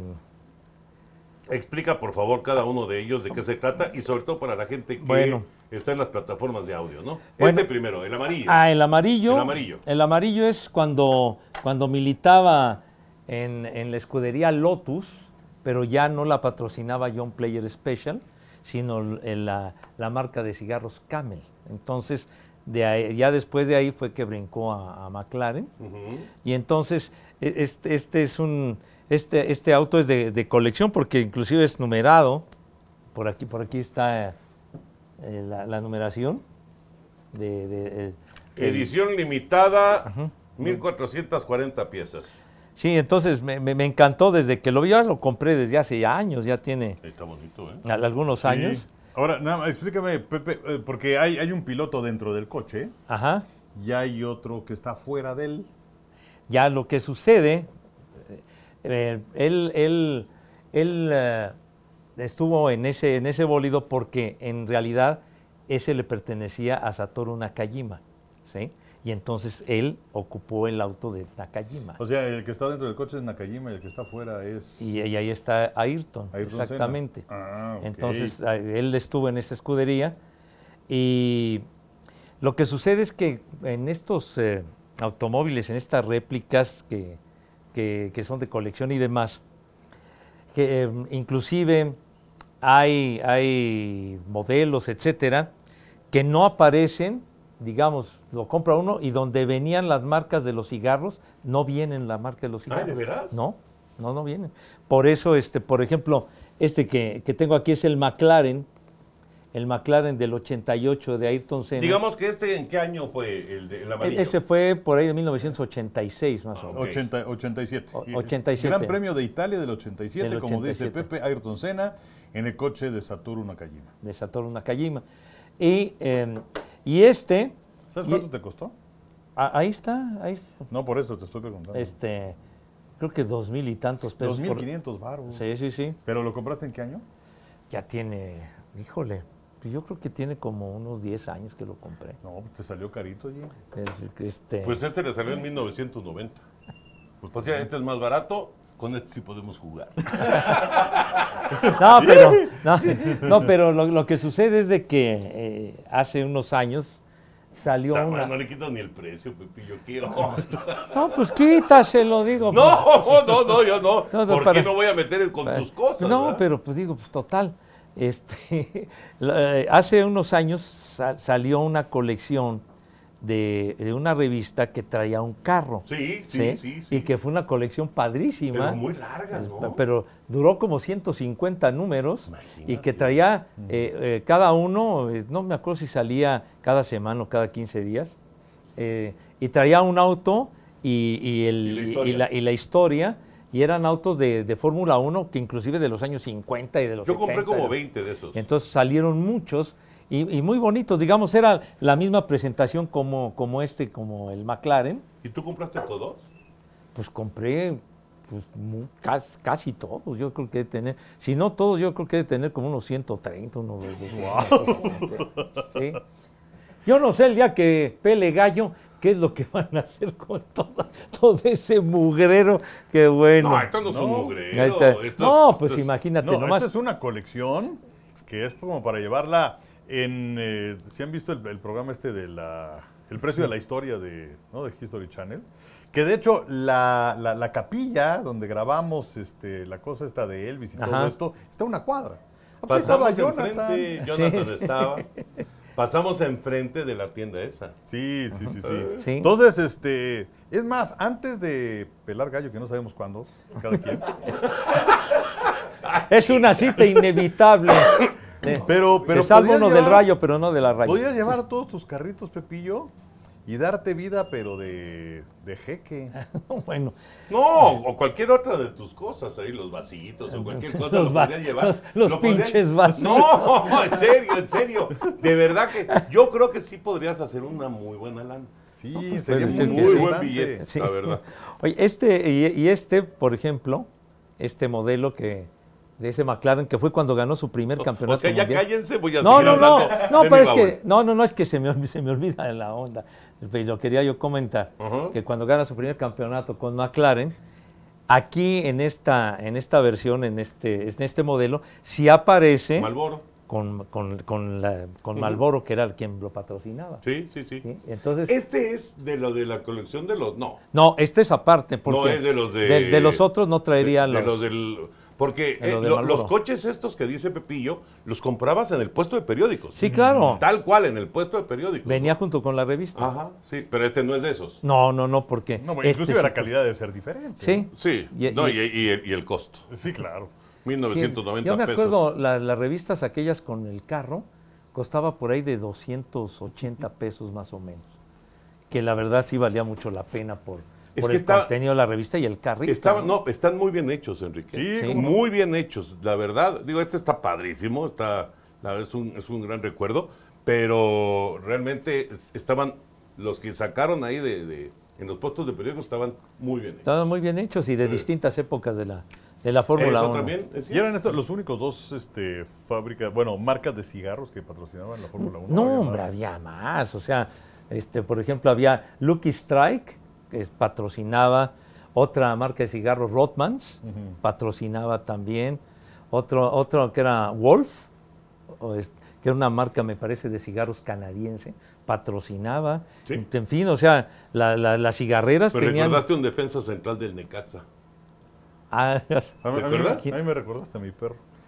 Explica, por favor, cada uno de ellos de qué se trata y sobre todo para la gente que Bueno. está en las plataformas de audio, ¿no? Bueno. Este primero, el amarillo. ah, el amarillo. El amarillo. El amarillo es cuando, cuando militaba en, en la escudería Lotus, pero ya no la patrocinaba John Player Special, sino l- la, la marca de cigarros Camel. Entonces, de ahí- ya después de ahí fue que brincó a, a McLaren. Ujú. Y entonces, e- este, este es un, este, este auto es de, de colección porque inclusive es numerado. Por aquí, por aquí está eh, la, la numeración de, de- eh, el- Edición limitada, mil cuatrocientas cuarenta piezas. Sí, entonces me, me- me encantó desde que lo vi, ya lo compré desde hace ya años, ya tiene Está bonito, ¿eh? al- algunos años. Sí. Ahora, nada más, explícame, Pepe, eh, porque hay, hay un piloto dentro del coche Ajá. y hay otro que está fuera de él. Ya lo que sucede, eh, él, él, él eh, estuvo en ese, en ese bólido porque en realidad ese le pertenecía a Satoru Nakajima, ¿sí? Y entonces él ocupó el auto de Nakajima. O sea, el que está dentro del coche es Nakajima y el que está fuera es... Y, y ahí está Ayrton, Ayrton Senna. exactamente. Ah, ok. Entonces, a- él estuvo en esta escudería y lo que sucede es que en estos eh, automóviles, en estas réplicas que, que- que son de colección y demás, que eh, inclusive hay, hay modelos, etcétera, que no aparecen, digamos, lo compra uno y donde venían las marcas de los cigarros, no vienen la marca de los cigarros. ¿de veras? No, no, no vienen. Por eso, este, por ejemplo, este que, que tengo aquí es el McLaren, el McLaren del ochenta y ocho de Ayrton Senna. Digamos que este, ¿en qué año fue el, de, el amarillo? Ese fue por ahí de mil novecientos ochenta y seis más o menos. Ok. ochenta, ochenta y siete. O- ochenta y siete. Gran Premio de Italia del ochenta y siete, Del como ochenta y dice siete. Pepe, Ayrton Senna, en el coche de Satoru Nakajima. De Satoru Nakajima. Y, eh, y este, ¿Sabes y- cuánto te costó? a- ahí está, ahí está. No, por eso te estoy preguntando. Este, creo que dos mil y tantos pesos. dos mil por- quinientos baros. Sí, sí, sí. ¿Pero lo compraste en qué año? Ya tiene, híjole, pues yo creo que tiene como unos diez años que lo compré. No, pues te salió carito, oye. Es- este, Pues este le salió en mil novecientos noventa. Pues, pues ya, este es más barato, con este sí podemos jugar. no, pero, no, no, pero lo, lo que sucede es de que eh, hace unos años salió Bueno, una... no le quitas ni el precio, Pepe, yo quiero. No, pues quítaselo, digo. No, no, no, yo no. No, no, ¿Por para- qué no voy a meter con tus cosas? No, ¿verdad? pero pues digo, pues total. Este, la- eh, hace unos años sa- salió una colección de, de una revista que traía un carro. Sí, sí, sí, sí. Y que fue una colección padrísima. Pero muy largas, ¿no? Pero duró como ciento cincuenta números. Imagínate. Y que traía eh, eh, cada uno, eh, no me acuerdo si salía cada semana o cada quince días. eh, y traía un auto y, y el- Y la y- historia. y la, y la historia. Y eran autos de, de Fórmula uno que inclusive de los años cincuenta y de los Yo compré setenta. como veinte de esos. Entonces salieron muchos y, y muy bonitos. Digamos, era la misma presentación como, como este, como el McLaren. ¿Y tú compraste todos? Pues compré pues, mu- casi, casi todos. Yo creo que debe tener, si no todos, yo creo que debe tener como unos ciento treinta, unos doscientos. ¿Sí? Yo no sé el día que pele gallo, qué es lo que van a hacer con toda, todo ese mugrero. Qué bueno. No, esto no es un No. mugrero. Ahí está. esto no, es- pues esto es- imagínate No, nomás. esta es una colección que es como para llevarla en... Eh, ¿sí han visto el, el programa este de la... El precio de la historia de, ¿no? de History Channel? Que de hecho la, la, la capilla donde grabamos este, la cosa esta de Elvis y todo Ajá. esto, está a una cuadra. Ah, pues ahí Pasamos estaba Jonathan. enfrente, Jonathan Sí, sí. estaba. Pasamos enfrente de la tienda esa. Sí, sí, sí, sí. Sí. Entonces, este, es más, antes de pelar gallo, que no sabemos cuándo, cada quien, Es una cita inevitable. Eh, pero, pero Se salva podías uno del llevar- rayo, pero no de la raya. podías llevar todos tus carritos, Pepillo, y darte vida, pero de, de jeque. Bueno, No, o cualquier otra de tus cosas ahí, los vasitos o cualquier cosa Los lo va- podrías llevar. los- los Lo podrías- pinches vasitos. No, en serio, en serio. De verdad que yo creo que sí podrías hacer una muy buena lana. Sí, puede sería ser muy, que Muy sí. buen interesante. billete, Sí. la verdad. oye, este y, y este, por ejemplo, este modelo que de ese McLaren que fue cuando ganó su primer campeonato O sea, ya mundial. cállense, voy a No, seguir no, no, hablando no, de pero mi es que baúl. no, no, no es que se me olvida, se me olvida la onda. Pero lo quería yo comentar Ajá. que cuando gana su primer campeonato con McLaren, aquí en esta en esta versión, en este en este modelo, sí aparece Marlboro. con con con, la, con Marlboro, que era quien lo patrocinaba. Sí, sí, sí. ¿Sí? Entonces, Este es de lo de la colección de los. No. no, este es aparte porque No es de los de. de, de los otros no traería de, de los, los del. Porque de eh, los de lo- Marlboro. los coches estos que dice Pepillo, los comprabas en el puesto de periódicos. Sí, claro. Tal cual, en el puesto de periódicos. Venía ¿no? junto con la revista. Ajá, sí, pero este no es de esos. No, no, no, porque No, bueno, este inclusive sí- la calidad debe ser diferente. Sí. Sí, Y- no, y- y, y el, y el costo. Sí, claro. mil Sí, novecientos noventa yo me pesos. acuerdo, la- las revistas aquellas con el carro costaba por ahí de doscientos ochenta pesos más o menos. Que la verdad sí valía mucho la pena por, Es por que el estaba- contenido de la revista y el carrito. Estaba- no, están muy bien hechos, Enrique. Sí, Sí. Muy bien hechos, la verdad. Digo, este está padrísimo, está, la verdad, es un, es un gran recuerdo, pero realmente estaban, los que sacaron ahí de, de- en los puestos de periódicos estaban muy bien hechos. Estaban muy bien hechos y de Sí. distintas épocas de la, de la Fórmula Eso uno. también, es Y cierto. eran estos los únicos dos este, fábricas, bueno, marcas de cigarros que patrocinaban la Fórmula uno. No, había hombre, más. había más. O sea, este, por ejemplo, había Lucky Strike, que es- patrocinaba otra marca de cigarros, Rothmans, patrocinaba también. Otro, otro que era Wolf, o es- que era una marca, me parece, de cigarros canadiense, patrocinaba. Sí. En, en fin, o sea, la- la- las cigarreras Pero tenían... recordaste un defensa central del Necaxa. Ah, A mí, ¿Te a mí- acuerdas? a mí me recordaste a mi perro.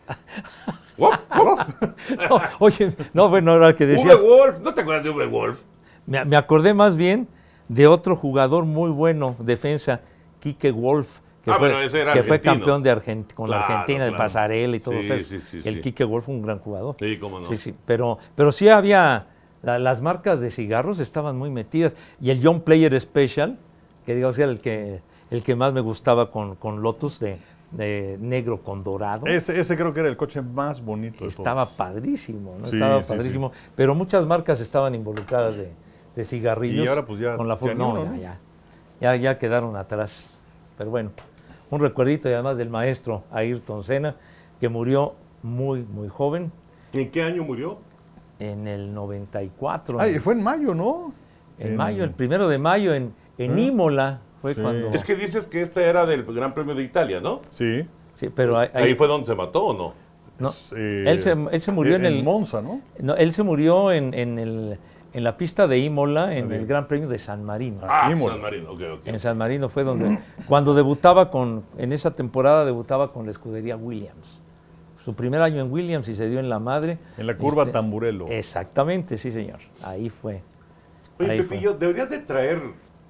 Wolf, Wolf. No, oye, no, bueno, ahora que Uwe decías, Wolf, ¿no te acuerdas de Uwe Wolf? me, me acordé más bien de otro jugador muy bueno, defensa, Quique Wolf, que, Ah, fue, bueno, ese era que fue argentino. campeón de Argent con la Claro, Argentina, de claro. pasarela y todo Sí, eso. sí, sí, el sí. Quique Wolf fue un gran jugador. Sí, cómo no. Sí, sí, pero, pero sí había, la- las marcas de cigarros estaban muy metidas. Y el Young Player Special, que digamos era el que, el que más me gustaba con, con Lotus, de, de negro con dorado. Ese, ese creo que era el coche más bonito de Estaba todos. padrísimo, ¿no? Sí, Estaba sí, padrísimo. Pero muchas marcas estaban involucradas de, de cigarrillos. Y ahora, pues, ya- con la ya fo- ni no, uno, ya, ¿no? ya, ya, ya quedaron atrás. Pero bueno, un recuerdito y además del maestro Ayrton Senna, que murió muy, muy joven, ¿En qué año murió? en el noventa y cuatro. Ay, fue en mayo, ¿no? en en- mayo, el primero de mayo, en, en ¿Eh? Imola, fue Sí. cuando... Es que dices que este era del Gran Premio de Italia, ¿no? Sí. Sí, pero ahí, Ahí fue donde se mató, ¿o no? no, Es, eh, él, se, él se murió en, el... Monza, ¿no? No, él se murió en, en, el, en la pista de Imola, en Ah, bien. el Gran Premio de San Marino. Ah, Imola. San Marino, ok, ok. En San Marino fue donde, cuando debutaba con, en esa temporada debutaba con la escudería Williams. Su primer año en Williams y se dio en la madre. En la curva Este, Tamburello. Exactamente, sí señor. Ahí fue. Oye, Ahí Pepillo, deberías de traer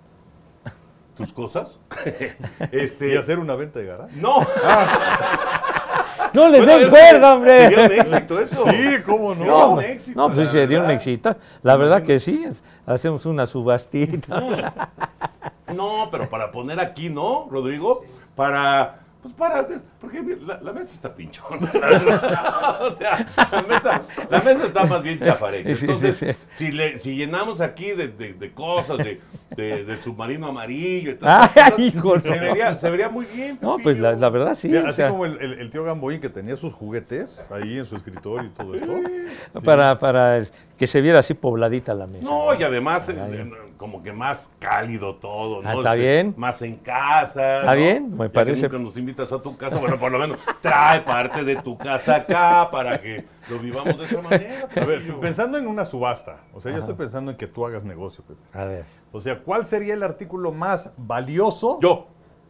tus cosas. este, Y hacer una venta de garaje. No. ¡No les Bueno, den es- cuerda, hombre! Sería un éxito eso. Sí, cómo no. Sería No, un éxito, no, pues la sería una verdad. éxito. La verdad que sí, es- hacemos una subastita. No, pero para poner aquí, ¿no, Rodrigo? Para, pues para, porque la, la mesa está pinchona. O sea, la mesa, la mesa está más bien chafareca. Sí, sí, Entonces, sí. Si, le, si llenamos aquí de, de, de cosas, de, de- del submarino amarillo y todo Ay, eso, hijo, se, no. vería, se vería muy bien. No, pues la, la verdad sí. Mira, o así sea, como el, el- el tío Gamboín que tenía sus juguetes ahí en su escritorio y todo esto. para, para que se viera así pobladita la mesa. No, y además, eh, Caray. eh, como que más cálido todo, ¿no? Ah, está Este, bien. Más en casa. Está ¿no? bien, me Ya que parece. nunca nos invitas a tu casa, bueno, por lo menos trae parte de tu casa acá para que lo vivamos de esa manera. A ver, Pepillo. pensando en una subasta, o sea, yo estoy pensando en que tú hagas negocio, Pepe. A ver. O sea, ¿cuál sería el artículo más valioso? Yo.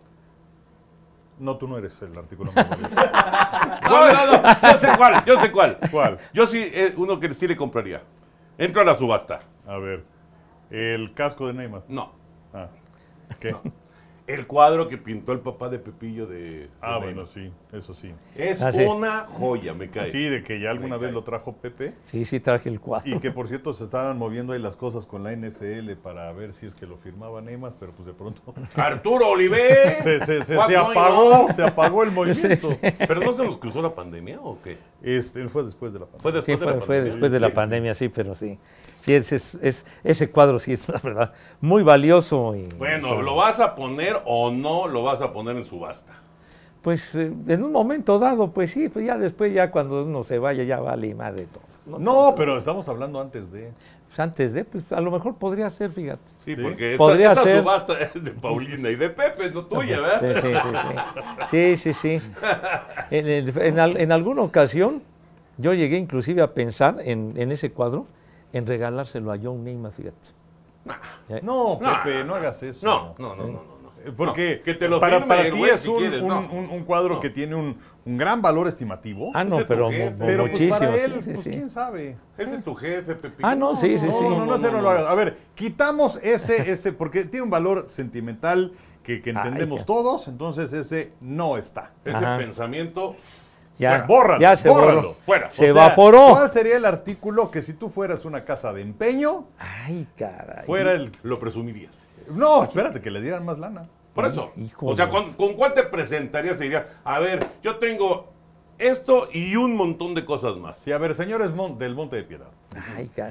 No, tú no eres el artículo más valioso. No, no, no, yo sé cuál, yo sé cuál. ¿Cuál? Yo sí, eh, uno que sí le compraría. Entro a la subasta. A ver, el casco de Neymar. No. Ah, ¿qué? El cuadro que pintó el papá de Pepillo de. Ah, de bueno, Neymar. sí, eso sí. Es Ah, sí. una joya, me cae. Sí, de que ya alguna Me vez cae. lo trajo Pepe. Sí, sí traje el cuadro. Y que por cierto se estaban moviendo ahí las cosas con la N F L para ver si es que lo firmaba Neymar, pero pues de pronto Arturo Oliver. se, se, se, What's se going apagó, on? se apagó el movimiento. Pero no se nos cruzó la pandemia o qué? Este, fue después de la pandemia. Fue después Sí, de fue, la fue pandemia. después de la Sí, pandemia, sí, pero sí. Sí, ese, es, es- ese cuadro sí es, la verdad, muy valioso. Y, Bueno, sí. ¿lo vas a poner o no lo vas a poner en subasta? Pues eh, en un momento dado, pues sí, pues ya después, ya cuando uno se vaya, ya vale más de todo. ¿no? No, pero estamos hablando antes de. Pues antes de, pues a lo mejor podría ser, fíjate. Sí, Sí. porque esa, Podría esa ser. subasta es de Paulina y de Pepe, no tuya, Sí, ¿verdad? sí, sí, sí. Sí, sí, sí. En, el- en al- en alguna ocasión, yo llegué inclusive a pensar en, en ese cuadro, en regalárselo a John Neymar, fíjate. Eh, No, No, Pepe, no, no hagas eso. No, no, no, no, no. no. Eh, Porque No, que te lo para, firme para el ti güey es si un, quieres, un- no. un- un cuadro No. que tiene un, un gran valor estimativo. Ah, no, Ese es pero tu jefe, mu- pero pues, muchísimo. para sí, él, sí, pues, sí. quién sabe. Es de tu jefe, Pepe. Ah, no, sí, sí, No, sí. no, no, ese no lo hagas. A ver, quitamos ese, ese, porque tiene un valor sentimental que, que entendemos ya. todos, entonces ese no está. Ese Ajá. pensamiento, Ya, Bórralo, ya se bórralo, borró. fuera. Se O sea, evaporó. ¿Cuál sería el artículo que si tú fueras una casa de empeño, Ay, caray. fuera el... lo presumirías. No, espérate, que le dieran más lana. Por eso. híjole. O sea, ¿con, con cuál te presentarías? Te diría, a ver, yo tengo esto y un montón de cosas más. Sí, a ver, señores Mon- del Monte de Piedad. Ay, caray.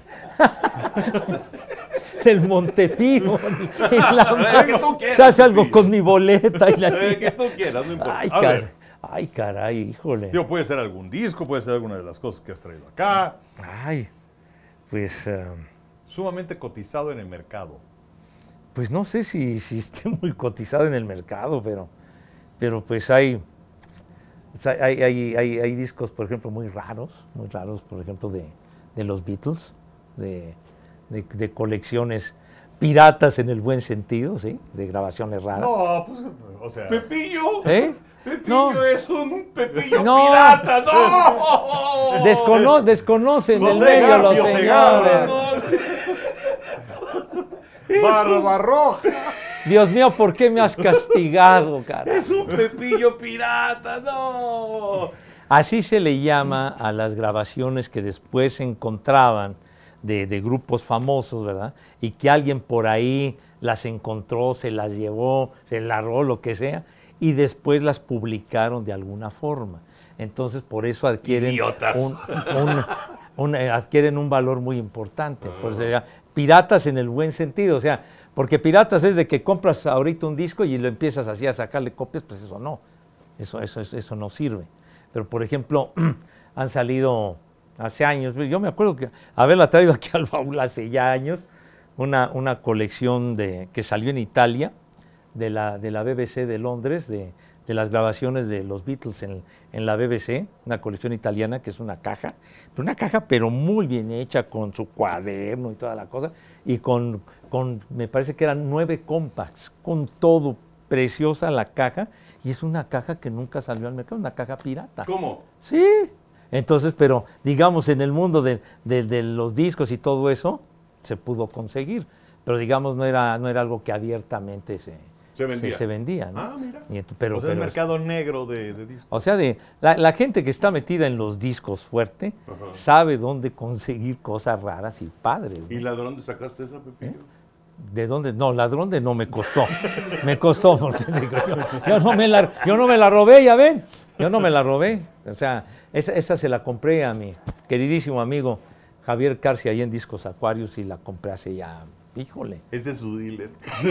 El Montepío. en la- El que tú quieras, Se hace algo sí. con mi boleta. Y la... El que tú quieras, no importa. Ay, A caray. ver. Ay, caray, híjole. Digo, puede ser algún disco, puede ser alguna de las cosas que has traído acá. Ay, pues, eh, Sumamente cotizado en el mercado. pues no sé si, si esté muy cotizado en el mercado, pero, pero pues hay, o sea, hay, hay, hay, hay discos, por ejemplo, muy raros, muy raros, por ejemplo, de, de los Beatles, de, de, de colecciones piratas en el buen sentido, ¿sí? De grabaciones raras. No, pues, o sea... Pepillo. ¿Eh? Pepillo No. es un Pepillo No. pirata, no. Descono- desconocen el José medio los Garfio señores. Barbarroja. Dios mío, ¿por qué me has castigado, cara? Es un Pepillo pirata, no. Así se le llama a las grabaciones que después se encontraban de, de grupos famosos, ¿verdad? Y que alguien por ahí las encontró, se las llevó, se las robó, lo que sea, y después las publicaron de alguna forma. Entonces, por eso adquieren Idiotas. un, un- un- eh, adquieren un valor muy importante. Por eso se llama piratas en el buen sentido, o sea, porque piratas es de que compras ahorita un disco y lo empiezas así a sacarle copias, pues eso no, eso, eso, eso, eso no sirve. Pero, por ejemplo, han salido hace años, yo me acuerdo que haberla traído aquí al baúl hace ya años, una, una colección de, que salió en Italia, de la, de la B B C de Londres, de, de las grabaciones de los Beatles en, en la B B C, una colección italiana que es una caja, pero una caja pero muy bien hecha, con su cuaderno y toda la cosa, y con, con me parece que eran nueve compacts, con todo, preciosa la caja, y es una caja que nunca salió al mercado, una caja pirata. ¿Cómo? Sí. Entonces, pero digamos en el mundo de, de- de los discos y todo eso, se pudo conseguir. Pero digamos no era, no era algo que abiertamente se, Se vendía. se vendía, ¿no? Ah, mira. Y ent- pero, O sea, el pero- mercado negro de, de discos. o sea, de, la, la gente que está metida en los discos fuerte Ajá. sabe dónde conseguir cosas raras y padres. ¿no? ¿Y la de dónde sacaste esa, Pepillo? ¿De dónde? No, ladrón de no me costó. Me costó porque digo, yo, yo no me la, yo no me la robé, ya ven. Yo no me la robé. O sea, esa, esa se la compré a mi queridísimo amigo Javier Carci ahí en Discos Aquarius y la compré hace ya, híjole. Ese es su dealer. Sí,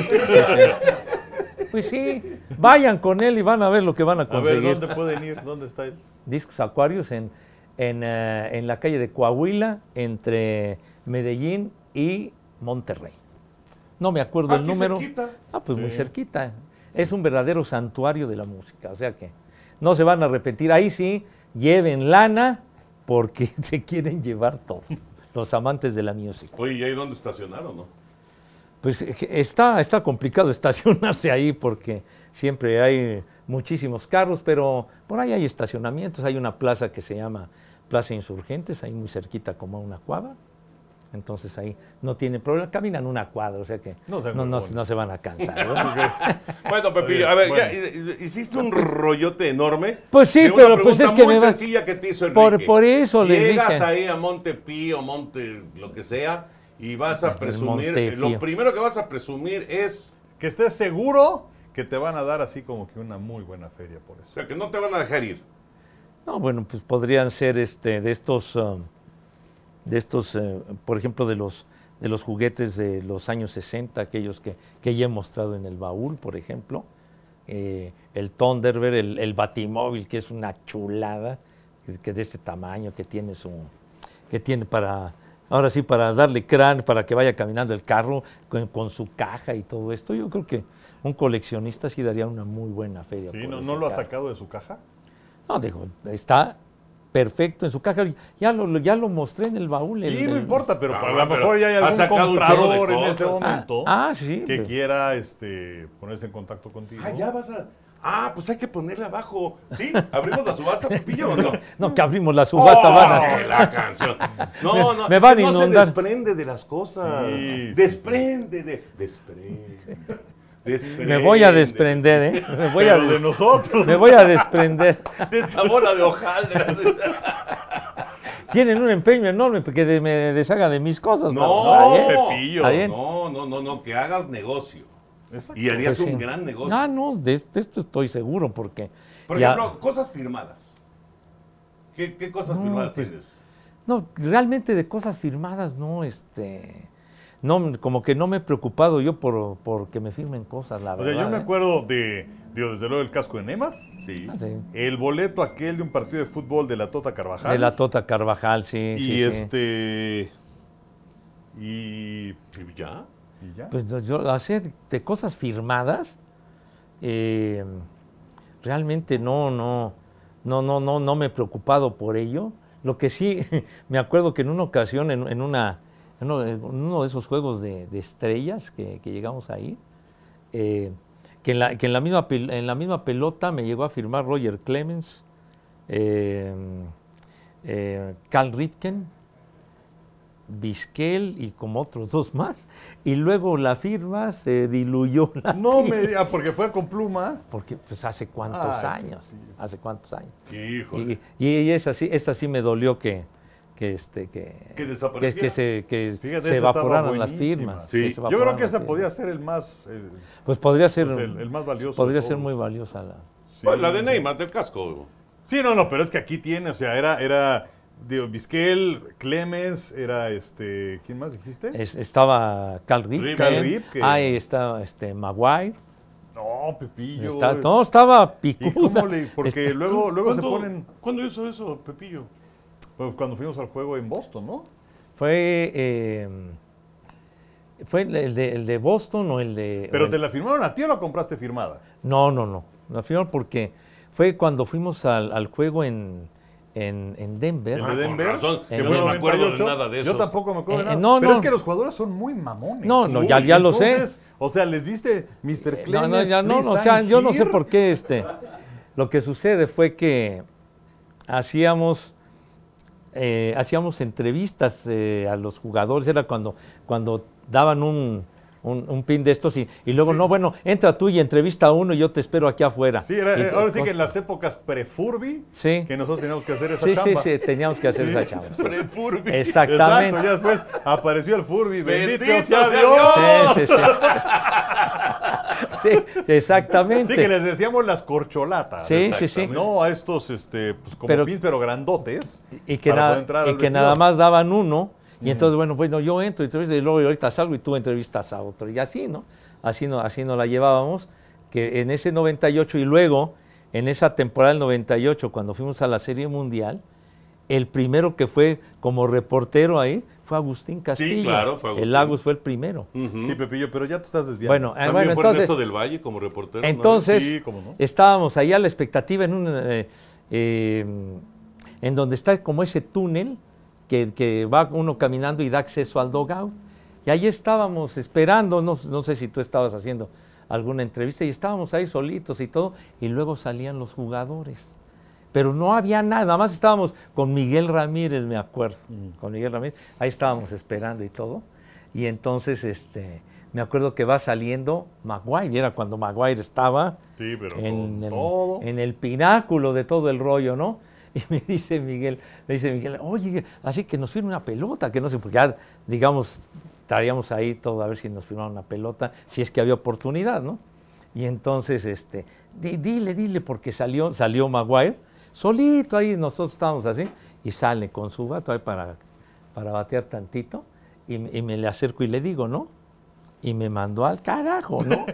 sí. Pues sí, vayan con él y van a ver lo que van a A ver, conseguir. ¿dónde pueden ir? ¿Dónde está él? Discos Aquarius en, en, eh, en la calle de Coahuila, entre Medellín y Monterrey. No me acuerdo el Aquí número. cerquita. Ah, pues muy Sí. cerquita. Es un verdadero santuario de la música. O sea que no se van a repetir. Ahí sí, lleven lana porque se quieren llevar todo. Los amantes de la música. Oye, ¿y ahí dónde estacionaron, no? Pues eh, está, está complicado estacionarse ahí porque siempre hay muchísimos carros, pero por ahí hay estacionamientos. Hay una plaza que se llama Plaza Insurgentes, ahí muy cerquita como a una cuadra. Entonces ahí no tienen problema, caminan una cuadra, o sea que No no, sean no, no, huevones. se van a cansar. ¿verdad? Bueno, Pepillo, a ver, Bueno. ya, hi- hiciste un rollote enorme. Pues sí, de una pero pues pregunta es que muy me va- sencilla que te hizo Por- Enrique. por eso le Llegas dije. ahí a Montepío, Monte, lo que sea, y vas a El presumir, Montepío. lo primero que vas a presumir es, Que estés seguro que te van a dar así como que una muy buena feria por o eso. sea, que no te van a dejar ir. No, bueno, pues podrían ser este de estos, um, de estos, eh, por ejemplo, de los de los juguetes de los años sesenta, aquellos que, que ya he mostrado en el baúl, por ejemplo. Eh, el Thunderbird, el, el Batimóvil, que es una chulada, que, que de este tamaño, que tiene su, que tiene para, ahora sí, para darle crán, para que vaya caminando el carro con, con su caja y todo esto. Yo creo que un coleccionista sí daría una muy buena feria. ¿Sí? por ¿No, ese no lo ha carro. sacado de su caja? No, digo, está perfecto en su caja. Ya lo, lo- ya lo mostré en el baúl. el- Sí, no el- importa, pero Ah, a lo pero mejor ya hay ha algún sacado un chorro de comprador en este cosas. momento Ah, sí. que pero- quiera este, ponerse en contacto contigo. Ah, ya vas a... Ah, pues hay que ponerle abajo. ¿Sí? ¿Abrimos la subasta, Pepillo, o no? No, que abrimos la subasta. ¡Oh, van a- la canción! No, no, Me es van que a no se inundar. desprende de las cosas. Sí, sí, desprende de... Desprende. desprende. Me voy a desprender, ¿eh? Me voy a, Pero de nosotros. me voy a desprender. De esta bola de hojaldras. Tienen un empeño enorme porque de- me deshaga de mis cosas. No, Está bien. Pepillo. Está bien. No, no, no, no, que hagas negocio. Exacto. Y harías Pues sí. un gran negocio. Ah, no, de esto, de esto estoy seguro porque... Por ya- ejemplo, cosas firmadas. ¿Qué, qué cosas No, firmadas pues, tienes? No, realmente de cosas firmadas no, este... No, como que no me he preocupado yo por, por que me firmen cosas, la O sea, verdad. yo me ¿eh? acuerdo de, digo, desde luego, el casco de Nemas, Sí. Ah, sí. el boleto aquel de un partido de fútbol de la Tota Carvajal. De la Tota Carvajal, sí, Y sí, sí. este. Y. ¿Y ya? y ya. Pues no, yo hacer de cosas firmadas, eh, realmente no, no, no, no, no, no me he preocupado por ello. Lo que sí, me acuerdo que en una ocasión, en, en una, en uno, en uno de esos juegos de, de estrellas que, que llegamos ahí, eh, que en la, que en la, misma, pel- en la misma pelota me llegó a firmar Roger Clemens, eh, eh, Cal Ripken, Vizquel y como otros dos más. Y luego la firma se diluyó. La No tinta. me diga, porque fue con pluma. Porque pues hace cuántos Ay, años, sí. hace cuántos años. Híjole. Y, y esa sí, esa sí me dolió que, que este, que, Que que, desapareciera. que se, que Fíjate, se esa estaba evaporaron las buenísima. firmas. Sí. que se Yo evaporaron creo que las esa firmas. podía ser el más, el, Pues podría ser, pues, el- el más valioso podría de ser todos. muy valiosa la. sí. Bueno, la de Neymar del casco. Sí, no, no, pero es que aquí tiene, o sea, era, era, digo, Vizquel, Clemens, era este, ¿quién más dijiste? Es- estaba Cal Ripken, Cal Ripken. ahí estaba este, Maguire, No, Pepillo. está- es- no, estaba ¿Y picuda. cómo le, porque Está- luego, luego se ¿Cuándo- ponen, ¿Cuándo hizo eso, Pepillo? pues, cuando fuimos al juego en Boston, ¿no? Fue, eh, fue el el de, el de Boston o el de... Pero o te el- la firmaron a ti o la compraste firmada. No, no, no. La firmaron porque fue cuando fuimos al, al juego en, en, en Denver. El Ah, de con Denver, razón, que en fue el en no me acuerdo de noventa y ocho. nada de Yo eso. tampoco me acuerdo de Eh, nada. no, Pero no. es que los jugadores son muy mamones. No, no, Uy, ya- ya lo sé. entonces, O sea, les diste mister Eh, Clemens, no, no, ya no, please no, o sea, sign yo no sé here. por qué este. Lo que sucede fue que hacíamos eh, hacíamos entrevistas eh, a los jugadores, era cuando, cuando daban un, un, un pin de estos y, y luego, no, bueno, entra tú y entrevista a uno y yo te espero aquí afuera. Sí, era- Y eh, ahora sí nos- que en las épocas pre-Furby, Sí. que nosotros teníamos que hacer esa Sí, sí, chamba. sí, teníamos que hacer esa chava. sí. Pre-Furby. Exactamente. Exacto, ya después apareció el Furby, bendito, Bendito sea sea Dios. Sí, sí, sí. Sí, exactamente. Sí, que les decíamos las corcholatas. Sí, sí, sí. No a estos, este, pues como Pero- pins, pero grandotes. y que, para nada, poder entrar y al que vestidor. nada más daban uno, y entonces, bueno, bueno, yo entro y, y luego ahorita salgo y tú entrevistas a otro, y así, ¿no? Así, no, así nos la llevábamos, que en ese noventa y ocho y luego, en esa temporada del noventa y ocho, cuando fuimos a la Serie Mundial, el primero que fue como reportero ahí fue Agustín Castillo. claro, fue Agustín. El Lagos fue el primero. Ujú. Sí, Pepillo, pero ya te estás desviando. Bueno, eh, También bueno, fue entonces... Ernesto del Valle como reportero. ¿no? Entonces, Sí, cómo no. estábamos ahí a la expectativa en un, eh, eh, en donde está como ese túnel que, que va uno caminando y da acceso al dugout. Y ahí estábamos esperando, no, no sé si tú estabas haciendo alguna entrevista, y estábamos ahí solitos y todo, y luego salían los jugadores. Pero no había nada, nada más estábamos con Miguel Ramírez, me acuerdo, con Miguel Ramírez, ahí estábamos esperando y todo. Y entonces, este, me acuerdo que va saliendo Maguire, y era cuando Maguire estaba Sí, pero en con el, todo. en el pináculo de todo el rollo, ¿no? Y me dice Miguel, me dice Miguel, oye, así que nos firme una pelota, que no sé, porque ya, digamos, estaríamos ahí todo a ver si nos firmaban una pelota, si es que había oportunidad, ¿no? Y entonces, este, di- dile, dile, porque salió, salió Maguire, solito ahí, nosotros estábamos así, y sale con su vato ahí para, para batear tantito, y, me- y me le acerco y le digo, ¿no? Y me mandó al carajo, ¿no?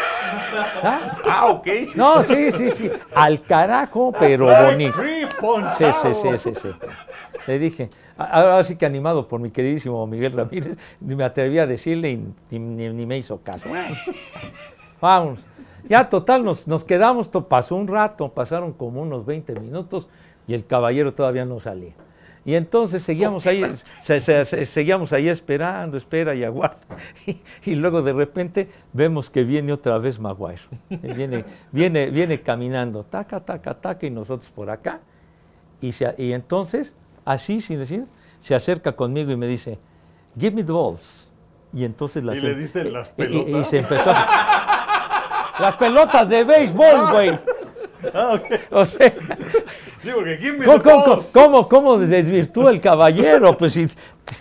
¿Ah? Ah, ok. No, sí, sí, sí, al carajo, pero bonito. Free Sí, ponchado. sí, sí, sí, sí. Le dije, a- ahora sí que animado por mi queridísimo Miguel Ramírez, ni me atreví a decirle y ni, ni- ni me hizo caso. Bueno, vamos. Ya total, nos, nos quedamos, to- pasó un rato, pasaron como unos veinte minutos y el caballero todavía no salía. Y entonces seguíamos ahí, se- se- se- seguíamos ahí esperando, espera y aguarda. Y, y luego de repente vemos que viene otra vez Maguire. Viene, viene, viene caminando, taca, taca, taca, y nosotros por acá. Y, se- y entonces, así sin decir, se acerca conmigo y me dice, give me the balls. Y entonces las ¿Y le em- diste las y- y- Y, pelotas? se empezó a- Las pelotas de béisbol, güey. Ah, ok. O sea, Digo que give me ¿cómo, the cómo, balls. cómo- cómo desvirtúa el caballero? Pues sí.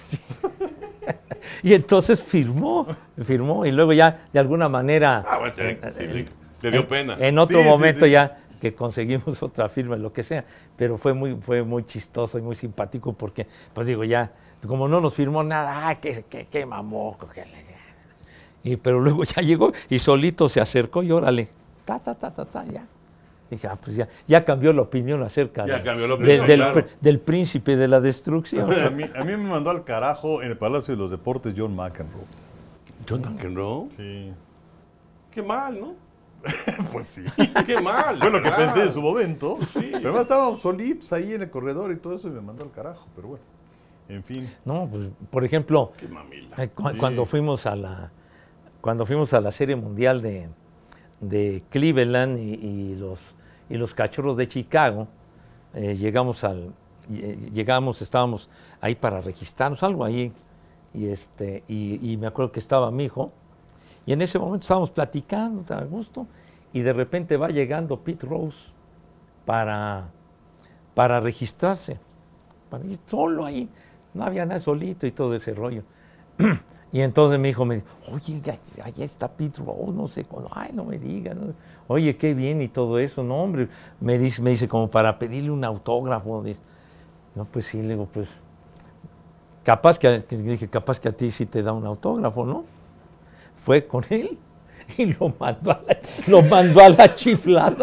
Y entonces firmó, firmó, y luego ya de alguna manera... Ah, bueno, sí, sí, sí. Le dio pena. En otro Sí, sí, momento sí. ya que conseguimos otra firma, lo que sea, pero fue muy, fue muy chistoso y muy simpático porque, pues digo, ya, como no nos firmó nada, ah, qué, qué, qué mamoco, que le... Y, pero luego ya llegó y solito se acercó y órale, ta, ta, ta, ta, ta, ya. Dije, ah, pues ya, ya cambió la opinión acerca Ya de- cambió la de- opinión, del, claro. pr- del príncipe de la destrucción. A mí, a mí me mandó al carajo en el Palacio de los Deportes John McEnroe. John McEnroe. Sí. Qué mal, ¿no? Pues sí. Qué mal. Fue lo que ¿verdad? pensé en su momento. Sí. Pero además estábamos solitos ahí en el corredor y todo eso y me mandó al carajo. Pero bueno, en fin. No, pues, por ejemplo, Qué mamila. Eh, cu- Sí. Cuando fuimos a la cuando fuimos a la Serie Mundial de, de Cleveland y, y, los, y los Cachorros de Chicago. Eh, llegamos al, llegamos, estábamos ahí para registrarnos, algo ahí, y, este, y, y me acuerdo que estaba mi hijo, y en ese momento estábamos platicando a gusto, y de repente va llegando Pete Rose para, para registrarse, para ir solo ahí, no había nada, solito y todo ese rollo. Y entonces mi hijo me dijo, oye, allá está Pete Rose, no sé cuándo, ay, no me digas, no. Oye, qué bien y todo eso, no, hombre, me dice, me dice como para pedirle un autógrafo, dice, no, pues sí, le digo, pues, capaz que, que dije, capaz que a ti sí te da un autógrafo, ¿no? Fue con él y lo mandó a la, lo mandó a la chiflada.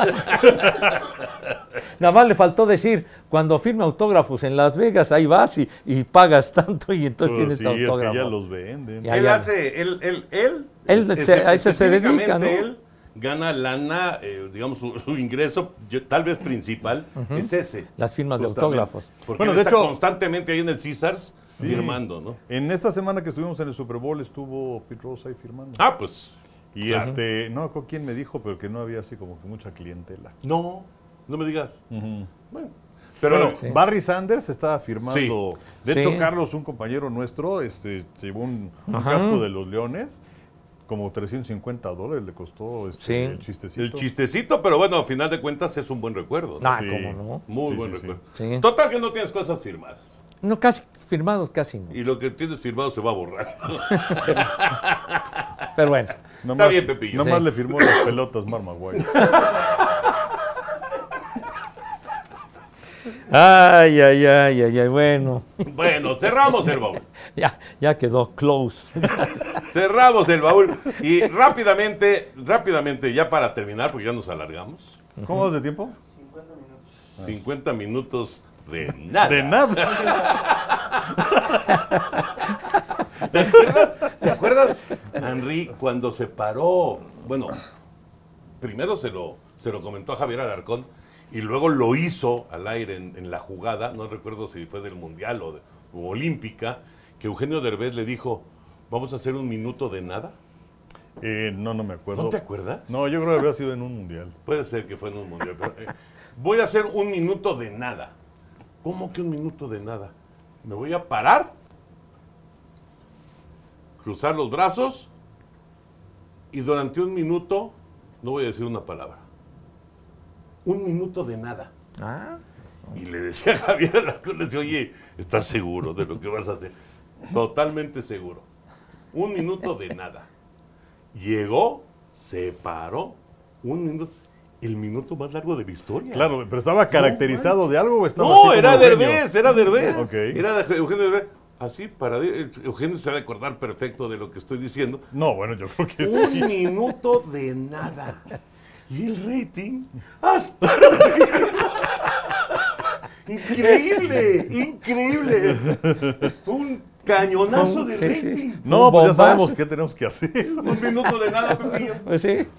Nada más le faltó decir, cuando firma autógrafos en Las Vegas, ahí vas y, y pagas tanto y entonces Pero tienes sí, tu autógrafo. es que ya los venden. Ya, Él ya. hace, él, él, él, Él es- se- es- a eso se dedica, específicamente ¿no? Él gana lana, eh, digamos, su, su ingreso, yo- tal vez principal, es ese. Las firmas de Justamente. autógrafos. Porque Bueno, él de está hecho- constantemente ahí en el Caesars Sí. firmando, ¿no? En esta semana que estuvimos en el Super Bowl estuvo Pete Rose ahí firmando. Ah, pues, y claro. este, no recuerdo quién me dijo, pero que no había así como que mucha clientela. no, no me digas. Bueno, Pero pero bueno, Sí. Barry Sanders estaba firmando. Sí. De Sí. hecho, Carlos, un compañero nuestro, este, se llevó un, un Ajá. casco de los Leones, como trescientos cincuenta dólares le costó este, Sí. el chistecito. el chistecito, pero bueno, a final de cuentas es un buen recuerdo, ¿no? Ah, Sí. cómo no. Muy Sí, buen sí, sí. recuerdo. Sí. Total que no tienes cosas firmadas. No, casi, firmados casi no. Y lo que tienes firmado se va a borrar. Pero bueno, Nomás, bien, Pepillo. nomás Sí. le firmó las pelotas Mark Maguire. ay, ay, ay, ay, ay, bueno, Bueno, cerramos el baúl. ya, ya quedó close. Cerramos el baúl. Y rápidamente, rápidamente, ya para terminar, porque ya nos alargamos. ¿Cómo vas de tiempo? cincuenta minutos. cincuenta minutos de nada. De nada. ¿Te acuerdas, ¿Te acuerdas, Henry, cuando se paró? Bueno, primero se lo, se lo comentó a Javier Alarcón y luego lo hizo al aire en, en la jugada, no recuerdo si fue del Mundial o, de, o Olímpica, que Eugenio Derbez le dijo, vamos a hacer un minuto de nada. Eh, no, no me acuerdo. ¿No te acuerdas? No, yo creo que habría sido en un mundial. Puede ser que fue en un Mundial, pero eh, voy a hacer un minuto de nada. ¿Cómo que un minuto de nada? Me voy a parar, cruzar los brazos y durante un minuto no voy a decir una palabra. Un minuto de nada. Ah, Y le decía a Javier Alarcón, le decía, oye, ¿estás seguro de lo que vas a hacer? Totalmente seguro. Un minuto de nada. Llegó, se paró, un minuto, el minuto más largo de la historia. Claro, pero ¿estaba caracterizado de algo o estaba así No, como era Eugenio? Derbez, era Derbez. Ok. Era de Eugenio Derbez. Así, para Eugenio se va a acordar perfecto de lo que estoy diciendo. No, bueno, yo creo que Un sí. minuto de nada. Y el rating, hasta... Increíble, increíble. Un cañonazo de Sí, sí. rating. No, Un pues ya bombazo. sabemos qué tenemos que hacer. Un minuto de nada, Pepillo. pues sí.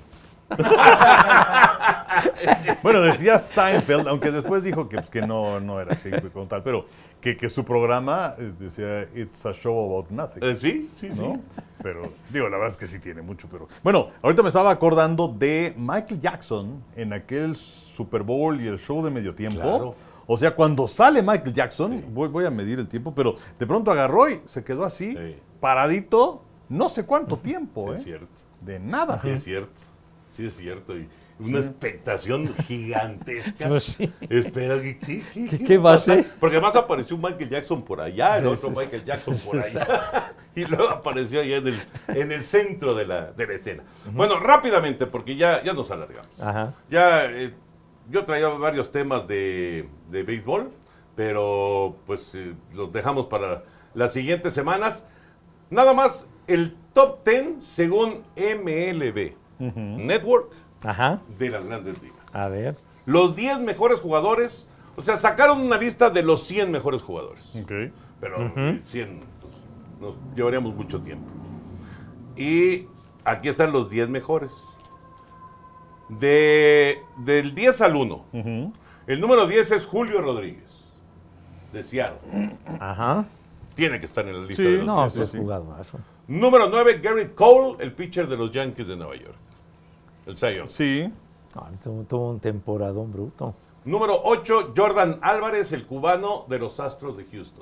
Bueno, decía Seinfeld, aunque después dijo que, pues, que no, no era así como tal, pero que, que su programa eh, decía It's a show about nothing. Eh, Sí, sí, sí. ¿No? Pero, digo, la verdad es que sí tiene mucho, pero... Bueno, ahorita me estaba acordando de Michael Jackson en aquel Super Bowl y el show de medio tiempo. Claro. O sea, cuando sale Michael Jackson, voy, voy a medir el tiempo, pero de pronto agarró y se quedó así, Sí. paradito, no sé cuánto tiempo, Sí, ¿eh? es cierto. De nada. Sí, es cierto. Sí, es cierto. Y una expectación gigantesca. Pues sí. Espera, ¿qué, qué, qué, ¿Qué- qué va a pasar? ser? Porque además apareció un Michael Jackson por allá, el otro Michael Jackson por allá. Y luego apareció allá en el, en el centro de la, de la escena. Bueno, rápidamente, porque ya, ya nos alargamos. Ajá. Ya, eh, yo traía varios temas de, de béisbol, pero pues eh, los dejamos para las siguientes semanas. Nada más el top diez según M L B Network Ajá. de las Grandes Ligas. A ver. Los diez mejores jugadores, o sea, sacaron una lista de los cien mejores jugadores. Ok. Pero eh, cien, pues, nos llevaríamos mucho tiempo. Y aquí están los diez mejores. De, del diez al uno. El número diez es Julio Rodríguez, de Seattle. Ajá. Tiene que estar en la lista Sí, de los No, cien. sí, pues sí. jugadorazo. Número nueve, Garrett Cole, el pitcher de los Yankees de Nueva York. El Cy Young. Sí. Ah, tuvo, tuvo un temporadón bruto. Número ocho, Jordan Álvarez, el cubano de los Astros de Houston.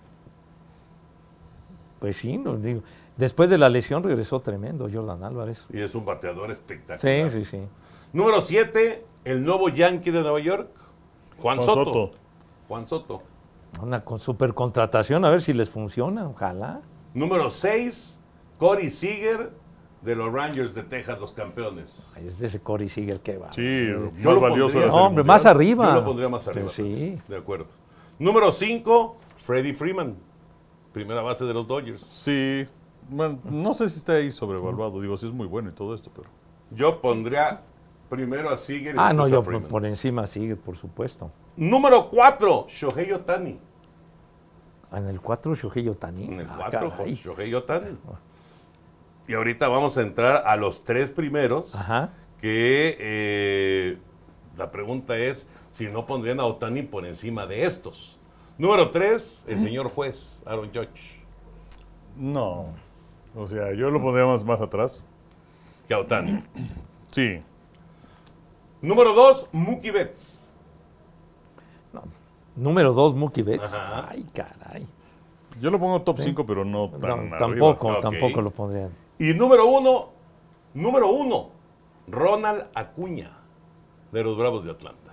Pues sí, no, digo, después de la lesión regresó tremendo Jordan Álvarez. Y es un bateador espectacular. Sí, sí, sí. Número siete, el nuevo Yankee de Nueva York, Juan, Juan Soto. Soto. Juan Soto. Una con super contratación, a ver si les funciona, ojalá. Número seis, Corey Seager de los Rangers de Texas, los campeones. Ay, es de ese Corey Seager que va. Sí, Yo más lo valioso. pondría- de la No, Serie hombre, Mundial. más arriba. Yo lo pondría más arriba. Pero sí. De acuerdo. Número cinco, Freddie Freeman, primera base de los Dodgers. Sí. Bueno, no sé si está ahí sobrevaluado. Digo, sí es muy bueno y todo esto, pero... Yo pondría primero a Seager y Ah, no, después yo a por, Freeman. por encima sigue, por supuesto. Número cuatro, Shohei Ohtani. En el cuatro, Shohei Ohtani. En el Ah, cuatro, caray. Shohei Ohtani. Y ahorita vamos a entrar a los tres primeros, Ajá. que eh, la pregunta es si no pondrían a Ohtani por encima de estos. Número tres, el señor juez, Aaron Judge, No. O sea, yo lo pondría más, más atrás. que a Ohtani. Sí. Número dos, Mookie Betts. Número dos, Mookie Betts. Ajá. Ay, caray. Yo lo pongo top cinco, pero no No, tan arriba. tampoco, Ok. tampoco lo pondrían. Y número uno, número uno, Ronald Acuña, de los Bravos de Atlanta.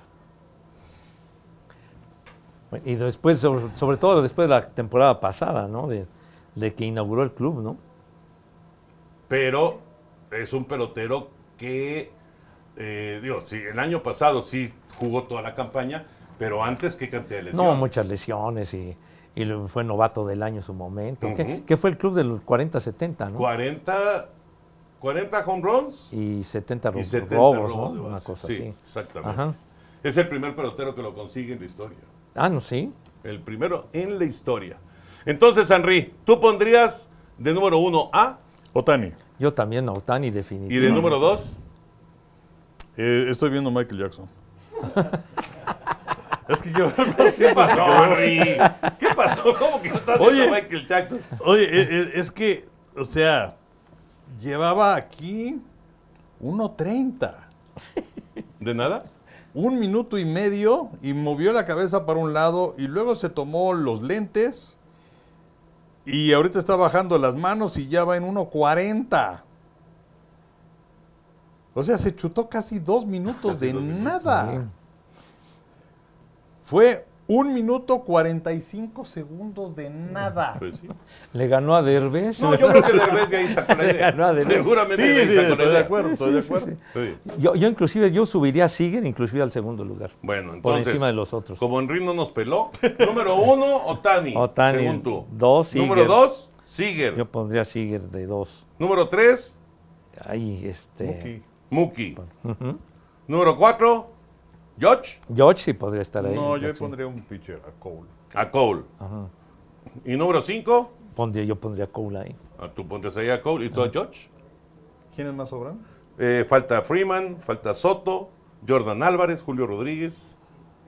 Y después, sobre, sobre todo después de la temporada pasada, ¿no? De, de que inauguró el club, ¿no? Pero es un pelotero que, eh, digo, sí, el año pasado sí jugó toda la campaña, pero antes, ¿qué cantidad de lesiones? No, muchas lesiones y, y lo- fue novato del año en su momento. ¿Qué, Ujú. qué fue el club de los cuarenta setenta, no? cuarenta, cuarenta home runs Y setenta, ro- y setenta robos, robos ¿no? de Una base. cosa Sí, así. exactamente. Ajá. Es el primer pelotero que lo consigue en la historia. Ah, no, sí. El primero en la historia. Entonces, Henry, tú pondrías de número uno a Ohtani. Yo también, Ohtani, y definitivamente. de número dos. Eh, estoy viendo Michael Jackson. Es que quiero ver más ¿Qué tiempo. pasó, Henry? ¿Qué pasó? ¿Cómo que no estás Oye. viendo Michael Jackson? Oye, e- e- es que, o sea, llevaba aquí uno treinta. ¿De nada? Un minuto y medio y movió la cabeza para un lado y luego se tomó los lentes y ahorita está bajando las manos y ya va en uno cuarenta. O sea, se chutó casi dos minutos Casi de dos minutos, nada. Fue un minuto cuarenta y cinco segundos de nada. Pues sí. Le ganó a Derbez. No, yo creo que Derbez de ahí sacó la Le idea. ganó a Derbez. Seguramente Sí, de ahí sí, sacó la estoy de idea. acuerdo, estoy de acuerdo. Sí. Yo, yo inclusive, yo subiría a Seager inclusive al segundo lugar. Bueno, Por entonces, encima de los otros. como Henry no nos peló, número uno, Ohtani, Ohtani, según tú. dos, Seager. Número dos, Seager. Yo pondría a Seager de dos. Número tres, Ahí, este... Mookie. Mookie. Ujú. Número cuatro, George, George sí podría estar ahí. No, yo le sí. pondría un pitcher a Cole. a Cole. Ajá. Y número cinco, Pondría, yo pondría Cole ahí. a tú pontes ahí a Cole y tú a George. ¿Quiénes más sobran? Eh, falta Freeman, falta Soto, Jordan Álvarez, Julio Rodríguez.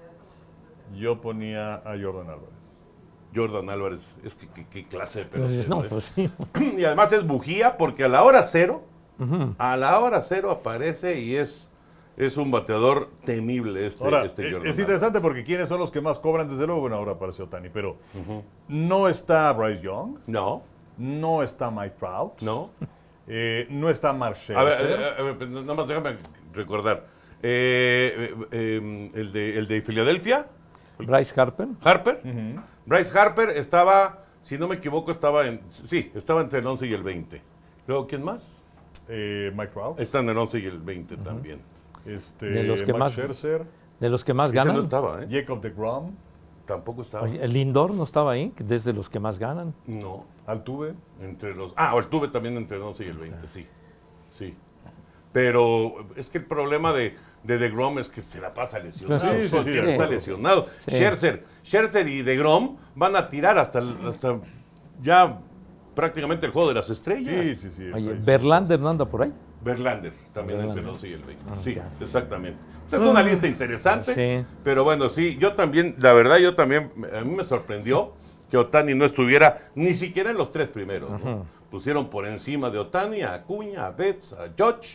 Yo ponía a Jordan Álvarez. Jordan Álvarez, es que qué, qué clase de Entonces, pelotero no, es. pues sí. Y además es bujía porque a la hora cero, a la hora cero aparece y es, es un bateador temible este, Ahora, este eh, Jordan es Álvarez. interesante porque quiénes son los que más cobran, desde luego, bueno, ahora apareció Ohtani, pero no está Bryce Young, No, no está Mike Trout, no. eh, no está Mark A ver, Scherzer. eh, eh, eh, nada más déjame recordar. Eh, eh, eh, el, de, el de Filadelfia, Bryce Harper. Harper. Bryce Harper estaba, si no me equivoco, estaba en, sí, estaba entre el once y el veinte. Luego, ¿quién más? Eh, Mike Trout, Está en el once y el veinte también. este, De los que Max más- Scherzer, De los que más Ese ganan. no estaba, ¿eh? Jacob deGrom, Tampoco estaba. Oye, el Lindor no estaba ahí, que desde los que más ganan. No, Altuve. entre los... Ah, o el tuve también entre el once y el veinte, sí. Sí. Pero es que el problema de, de DeGrom es que se la pasa lesionado. Sí, sí, Todo el sí, tiempo de está acuerdo. lesionado. Sí. Scherzer, Scherzer y DeGrom van a tirar hasta, el- hasta ya prácticamente el juego de las estrellas. Sí, sí, sí. Oye, está ahí. Verlander no anda por ahí. Verlander, también Verlander. entre el once y el veinte. Ah, sí, ya. exactamente. O sea, es una lista interesante. Sí. Pero bueno, sí, yo también, la verdad, yo también, a mí me sorprendió que Ohtani no estuviera ni siquiera en los tres primeros. ¿no? Pusieron por encima de Ohtani a Acuña, a Betts, a George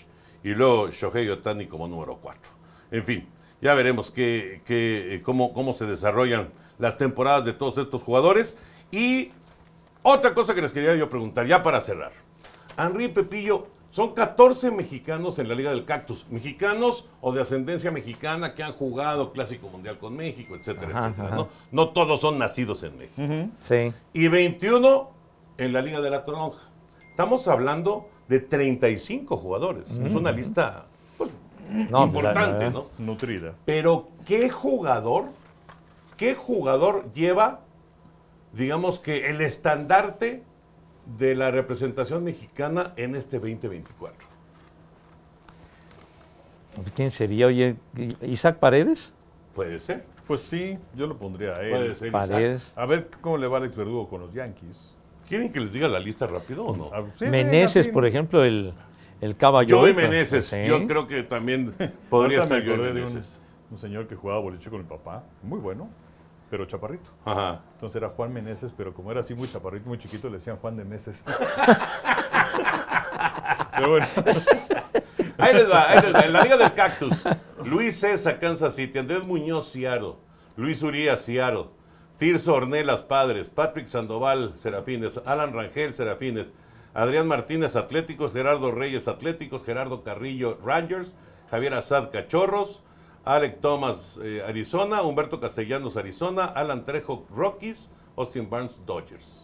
y luego Shohei Ohtani como número cuatro. En fin, ya veremos qué, qué, cómo, cómo se desarrollan las temporadas de todos estos jugadores. Y otra cosa que les quería yo preguntar, ya para cerrar. Henry Pepillo, son catorce mexicanos en la Liga del Cactus, mexicanos o de ascendencia mexicana que han jugado Clásico Mundial con México, etcétera, Ajá, etcétera. ajá. ¿no? No todos son nacidos en México. Ujú. Sí. Y veintiuno en la Liga de la Toronja. Estamos hablando de treinta y cinco jugadores. Es una lista pues, No, importante, la- la- ¿no? Nutrida. Pero ¿qué jugador, qué jugador lleva, digamos que el estandarte de la representación mexicana en este veinte veinticuatro? ¿Quién sería? Oye, ¿Isaac Paredes? Puede ser, Pues sí, yo lo pondría a él. puede ser. Isaac. Paredes. A ver cómo le va Alex Verdugo con los Yankees. ¿Quieren que les diga la lista rápido o no? A- sí, Meneses, venga, sí. por ejemplo, el, el caballo. Joey Meneses, Sí. yo creo que también podría Ahorita me estar Joey acordé de un, Meneses. un señor que jugaba boliche con mi papá, muy bueno, pero chaparrito. Ajá. Entonces era Juan Meneses, pero como era así muy chaparrito, muy chiquito, le decían Juan de Meses. Pero bueno, Ahí les va, ahí les va. En la Liga del Cactus, Luis César, Kansas City, Andrés Muñoz, Seattle, Luis Urías, Seattle, Tirso Ornelas, Padres, Patrick Sandoval, Serafines, Alan Rangel, Serafines, Adrián Martínez, Atléticos, Gerardo Reyes, Atléticos, Gerardo Carrillo, Rangers, Javier Azad, Cachorros, Alec Thomas, eh, Arizona, Humberto Castellanos, Arizona, Alan Trejo, Rockies, Austin Barnes, Dodgers.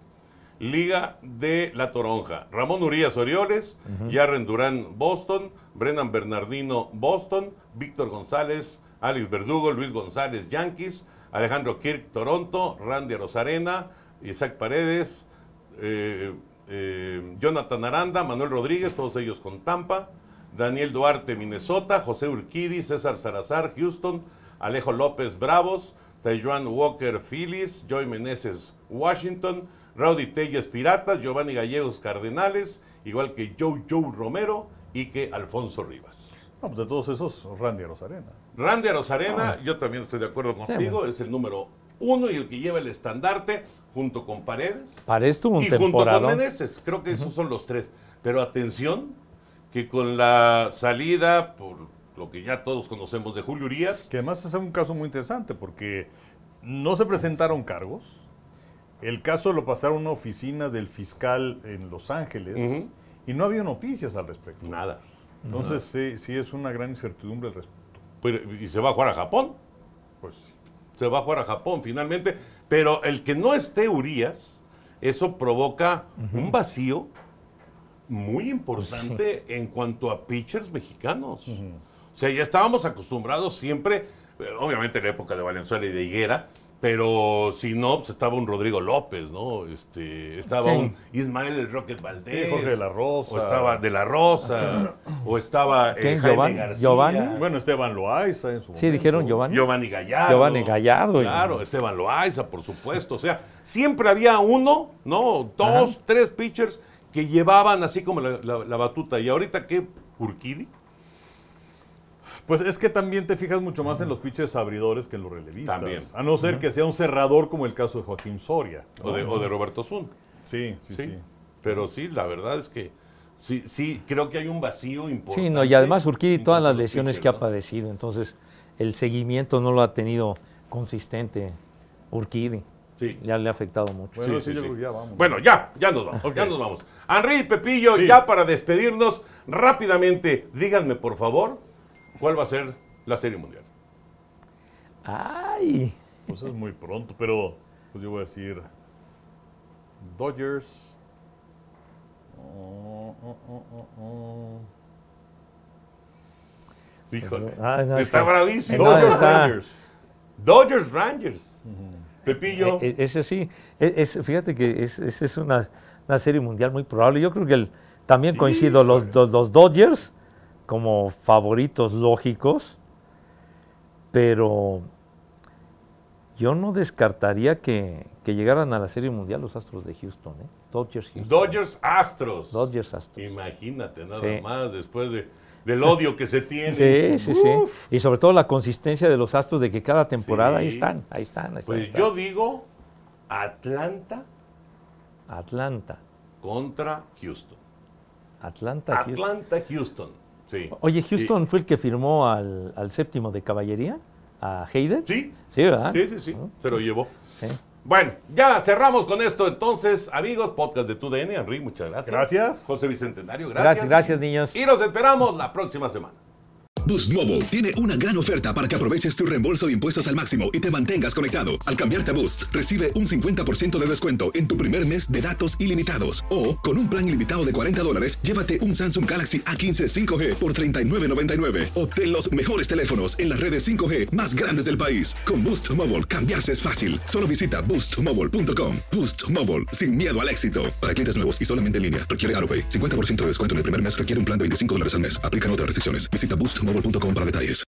Liga de la Toronja, Ramón Urias, Orioles, Yarren Durán, Boston, Brennan Bernardino, Boston, Víctor González, Alex Verdugo, Luis González, Yankees, Alejandro Kirk, Toronto, Randy Arozarena, Isaac Paredes, eh, eh, Jonathan Aranda, Manuel Rodríguez, todos ellos con Tampa, Daniel Duarte, Minnesota, José Urquidi, César Salazar, Houston, Alejo López, Bravos, Taijuan Walker, Phillies, Joey Meneses, Washington, Rowdy Telles, Piratas, Giovanni Gallegos, Cardenales, igual que Joe Joe Romero y que Alfonso Rivas. no, pues de todos esos, Randy Arozarena. Randy Arozarena, yo también estoy de acuerdo contigo, es el número uno y el que lleva el estandarte junto con Paredes Paredes tuvo un y junto temporada. con Meneses. Creo que esos son los tres. Pero atención, que con la salida, por lo que ya todos conocemos de Julio Urias, Que además es un caso muy interesante porque no se presentaron cargos. El caso lo pasaron a una oficina del fiscal en Los Ángeles Ujú. y no había noticias al respecto. nada. Entonces sí, sí es una gran incertidumbre al respecto. Pero- y se va a jugar a Japón. Pues Se va a jugar a Japón finalmente. Pero el que no esté Urias, eso provoca un vacío muy importante en cuanto a pitchers mexicanos. O sea, ya estábamos acostumbrados siempre, eh, obviamente en la época de Valenzuela y de Higuera, pero si no, pues estaba un Rodrigo López, ¿no? Este, estaba Sí. un Ismael el Rocket Valdés. Sí, Jorge de la Rosa. O estaba De la Rosa. o estaba eh, ¿Quién? Jaime Giovanni- García. Giovanni? bueno, Esteban Loaiza en su Sí, dijeron Giovanni. Giovanni Gallardo. Giovanni Gallardo. Claro, Esteban Loaiza, por supuesto. O sea, siempre había uno, ¿no? Dos, Ajá. tres pitchers que llevaban así como la, la- la batuta. Y ahorita, ¿qué? ¿Urquidi? Pues es que también te fijas mucho más en los pitchers abridores que en los relevistas. También. A no ser que sea un cerrador como el caso de Joaquín Soria. O de, o de Roberto Zun. Sí, sí, Sí. sí. Pero sí, la verdad es que sí, sí, creo que hay un vacío importante. Sí, no, y además Urquidi en todas cuanto a las los lesiones pitchers, que ha ¿no? padecido, entonces el seguimiento no lo ha tenido consistente Urquidi. Sí. Ya le ha afectado mucho. Bueno, Sí, sí, sí, yo sí. creo que ya vamos. Bueno, ya, ya nos vamos, Ok. ya nos vamos. Henry y Pepillo, Sí. ya para despedirnos, rápidamente, díganme por favor, ¿cuál va a ser la Serie Mundial? Ay, Pues es muy pronto, pero pues yo voy a decir Dodgers. Oh, oh, oh, oh, oh. Híjole, Ah, no, está está- bravísimo. no, Dodgers está- Rangers. Dodgers Rangers. Pepillo. E- e- ese sí, e- es, fíjate que es, es, es una, una serie mundial muy probable. Yo creo que el- también Sí, coincido los, híjole. los, los Dodgers como favoritos lógicos, pero yo no descartaría que, que llegaran a la serie mundial los Astros de Houston, ¿eh? Dodgers Houston. Dodgers Astros. Dodgers Astros. Imagínate nada Sí. más después de, del odio que se tiene. Sí, sí, sí. Uf. Y sobre todo la consistencia de los Astros de que cada temporada ahí Sí. están, ahí están, ahí están. Pues ahí están. yo digo Atlanta Atlanta, contra Houston. Atlanta, Houston. Atlanta, Houston. Sí. Oye, Houston fue el que firmó al, al séptimo de caballería, a Hayden. Sí. Sí, ¿verdad? Sí, sí, sí. ¿No? Se lo llevó. Sí. Bueno, ya cerramos con esto entonces, amigos, podcast de Tu D N. Henry, muchas gracias. Gracias. José Bicentenario, gracias. Gracias, gracias, niños. Y nos esperamos la próxima semana. Boost Mobile tiene una gran oferta para que aproveches tu reembolso de impuestos al máximo y te mantengas conectado. Al cambiarte a Boost, recibe un cincuenta por ciento de descuento en tu primer mes de datos ilimitados. O, con un plan ilimitado de cuarenta dólares, llévate un Samsung Galaxy A quince cinco G por treinta y nueve noventa y nueve. Obtén los mejores teléfonos en las redes cinco G más grandes del país. Con Boost Mobile, cambiarse es fácil. Solo visita boost mobile punto com. Boost Mobile, sin miedo al éxito. Para clientes nuevos y solamente en línea, requiere AutoPay. cincuenta por ciento de descuento en el primer mes requiere un plan de veinticinco dólares al mes. Aplican otras restricciones. Visita boost mobile punto com para detalles.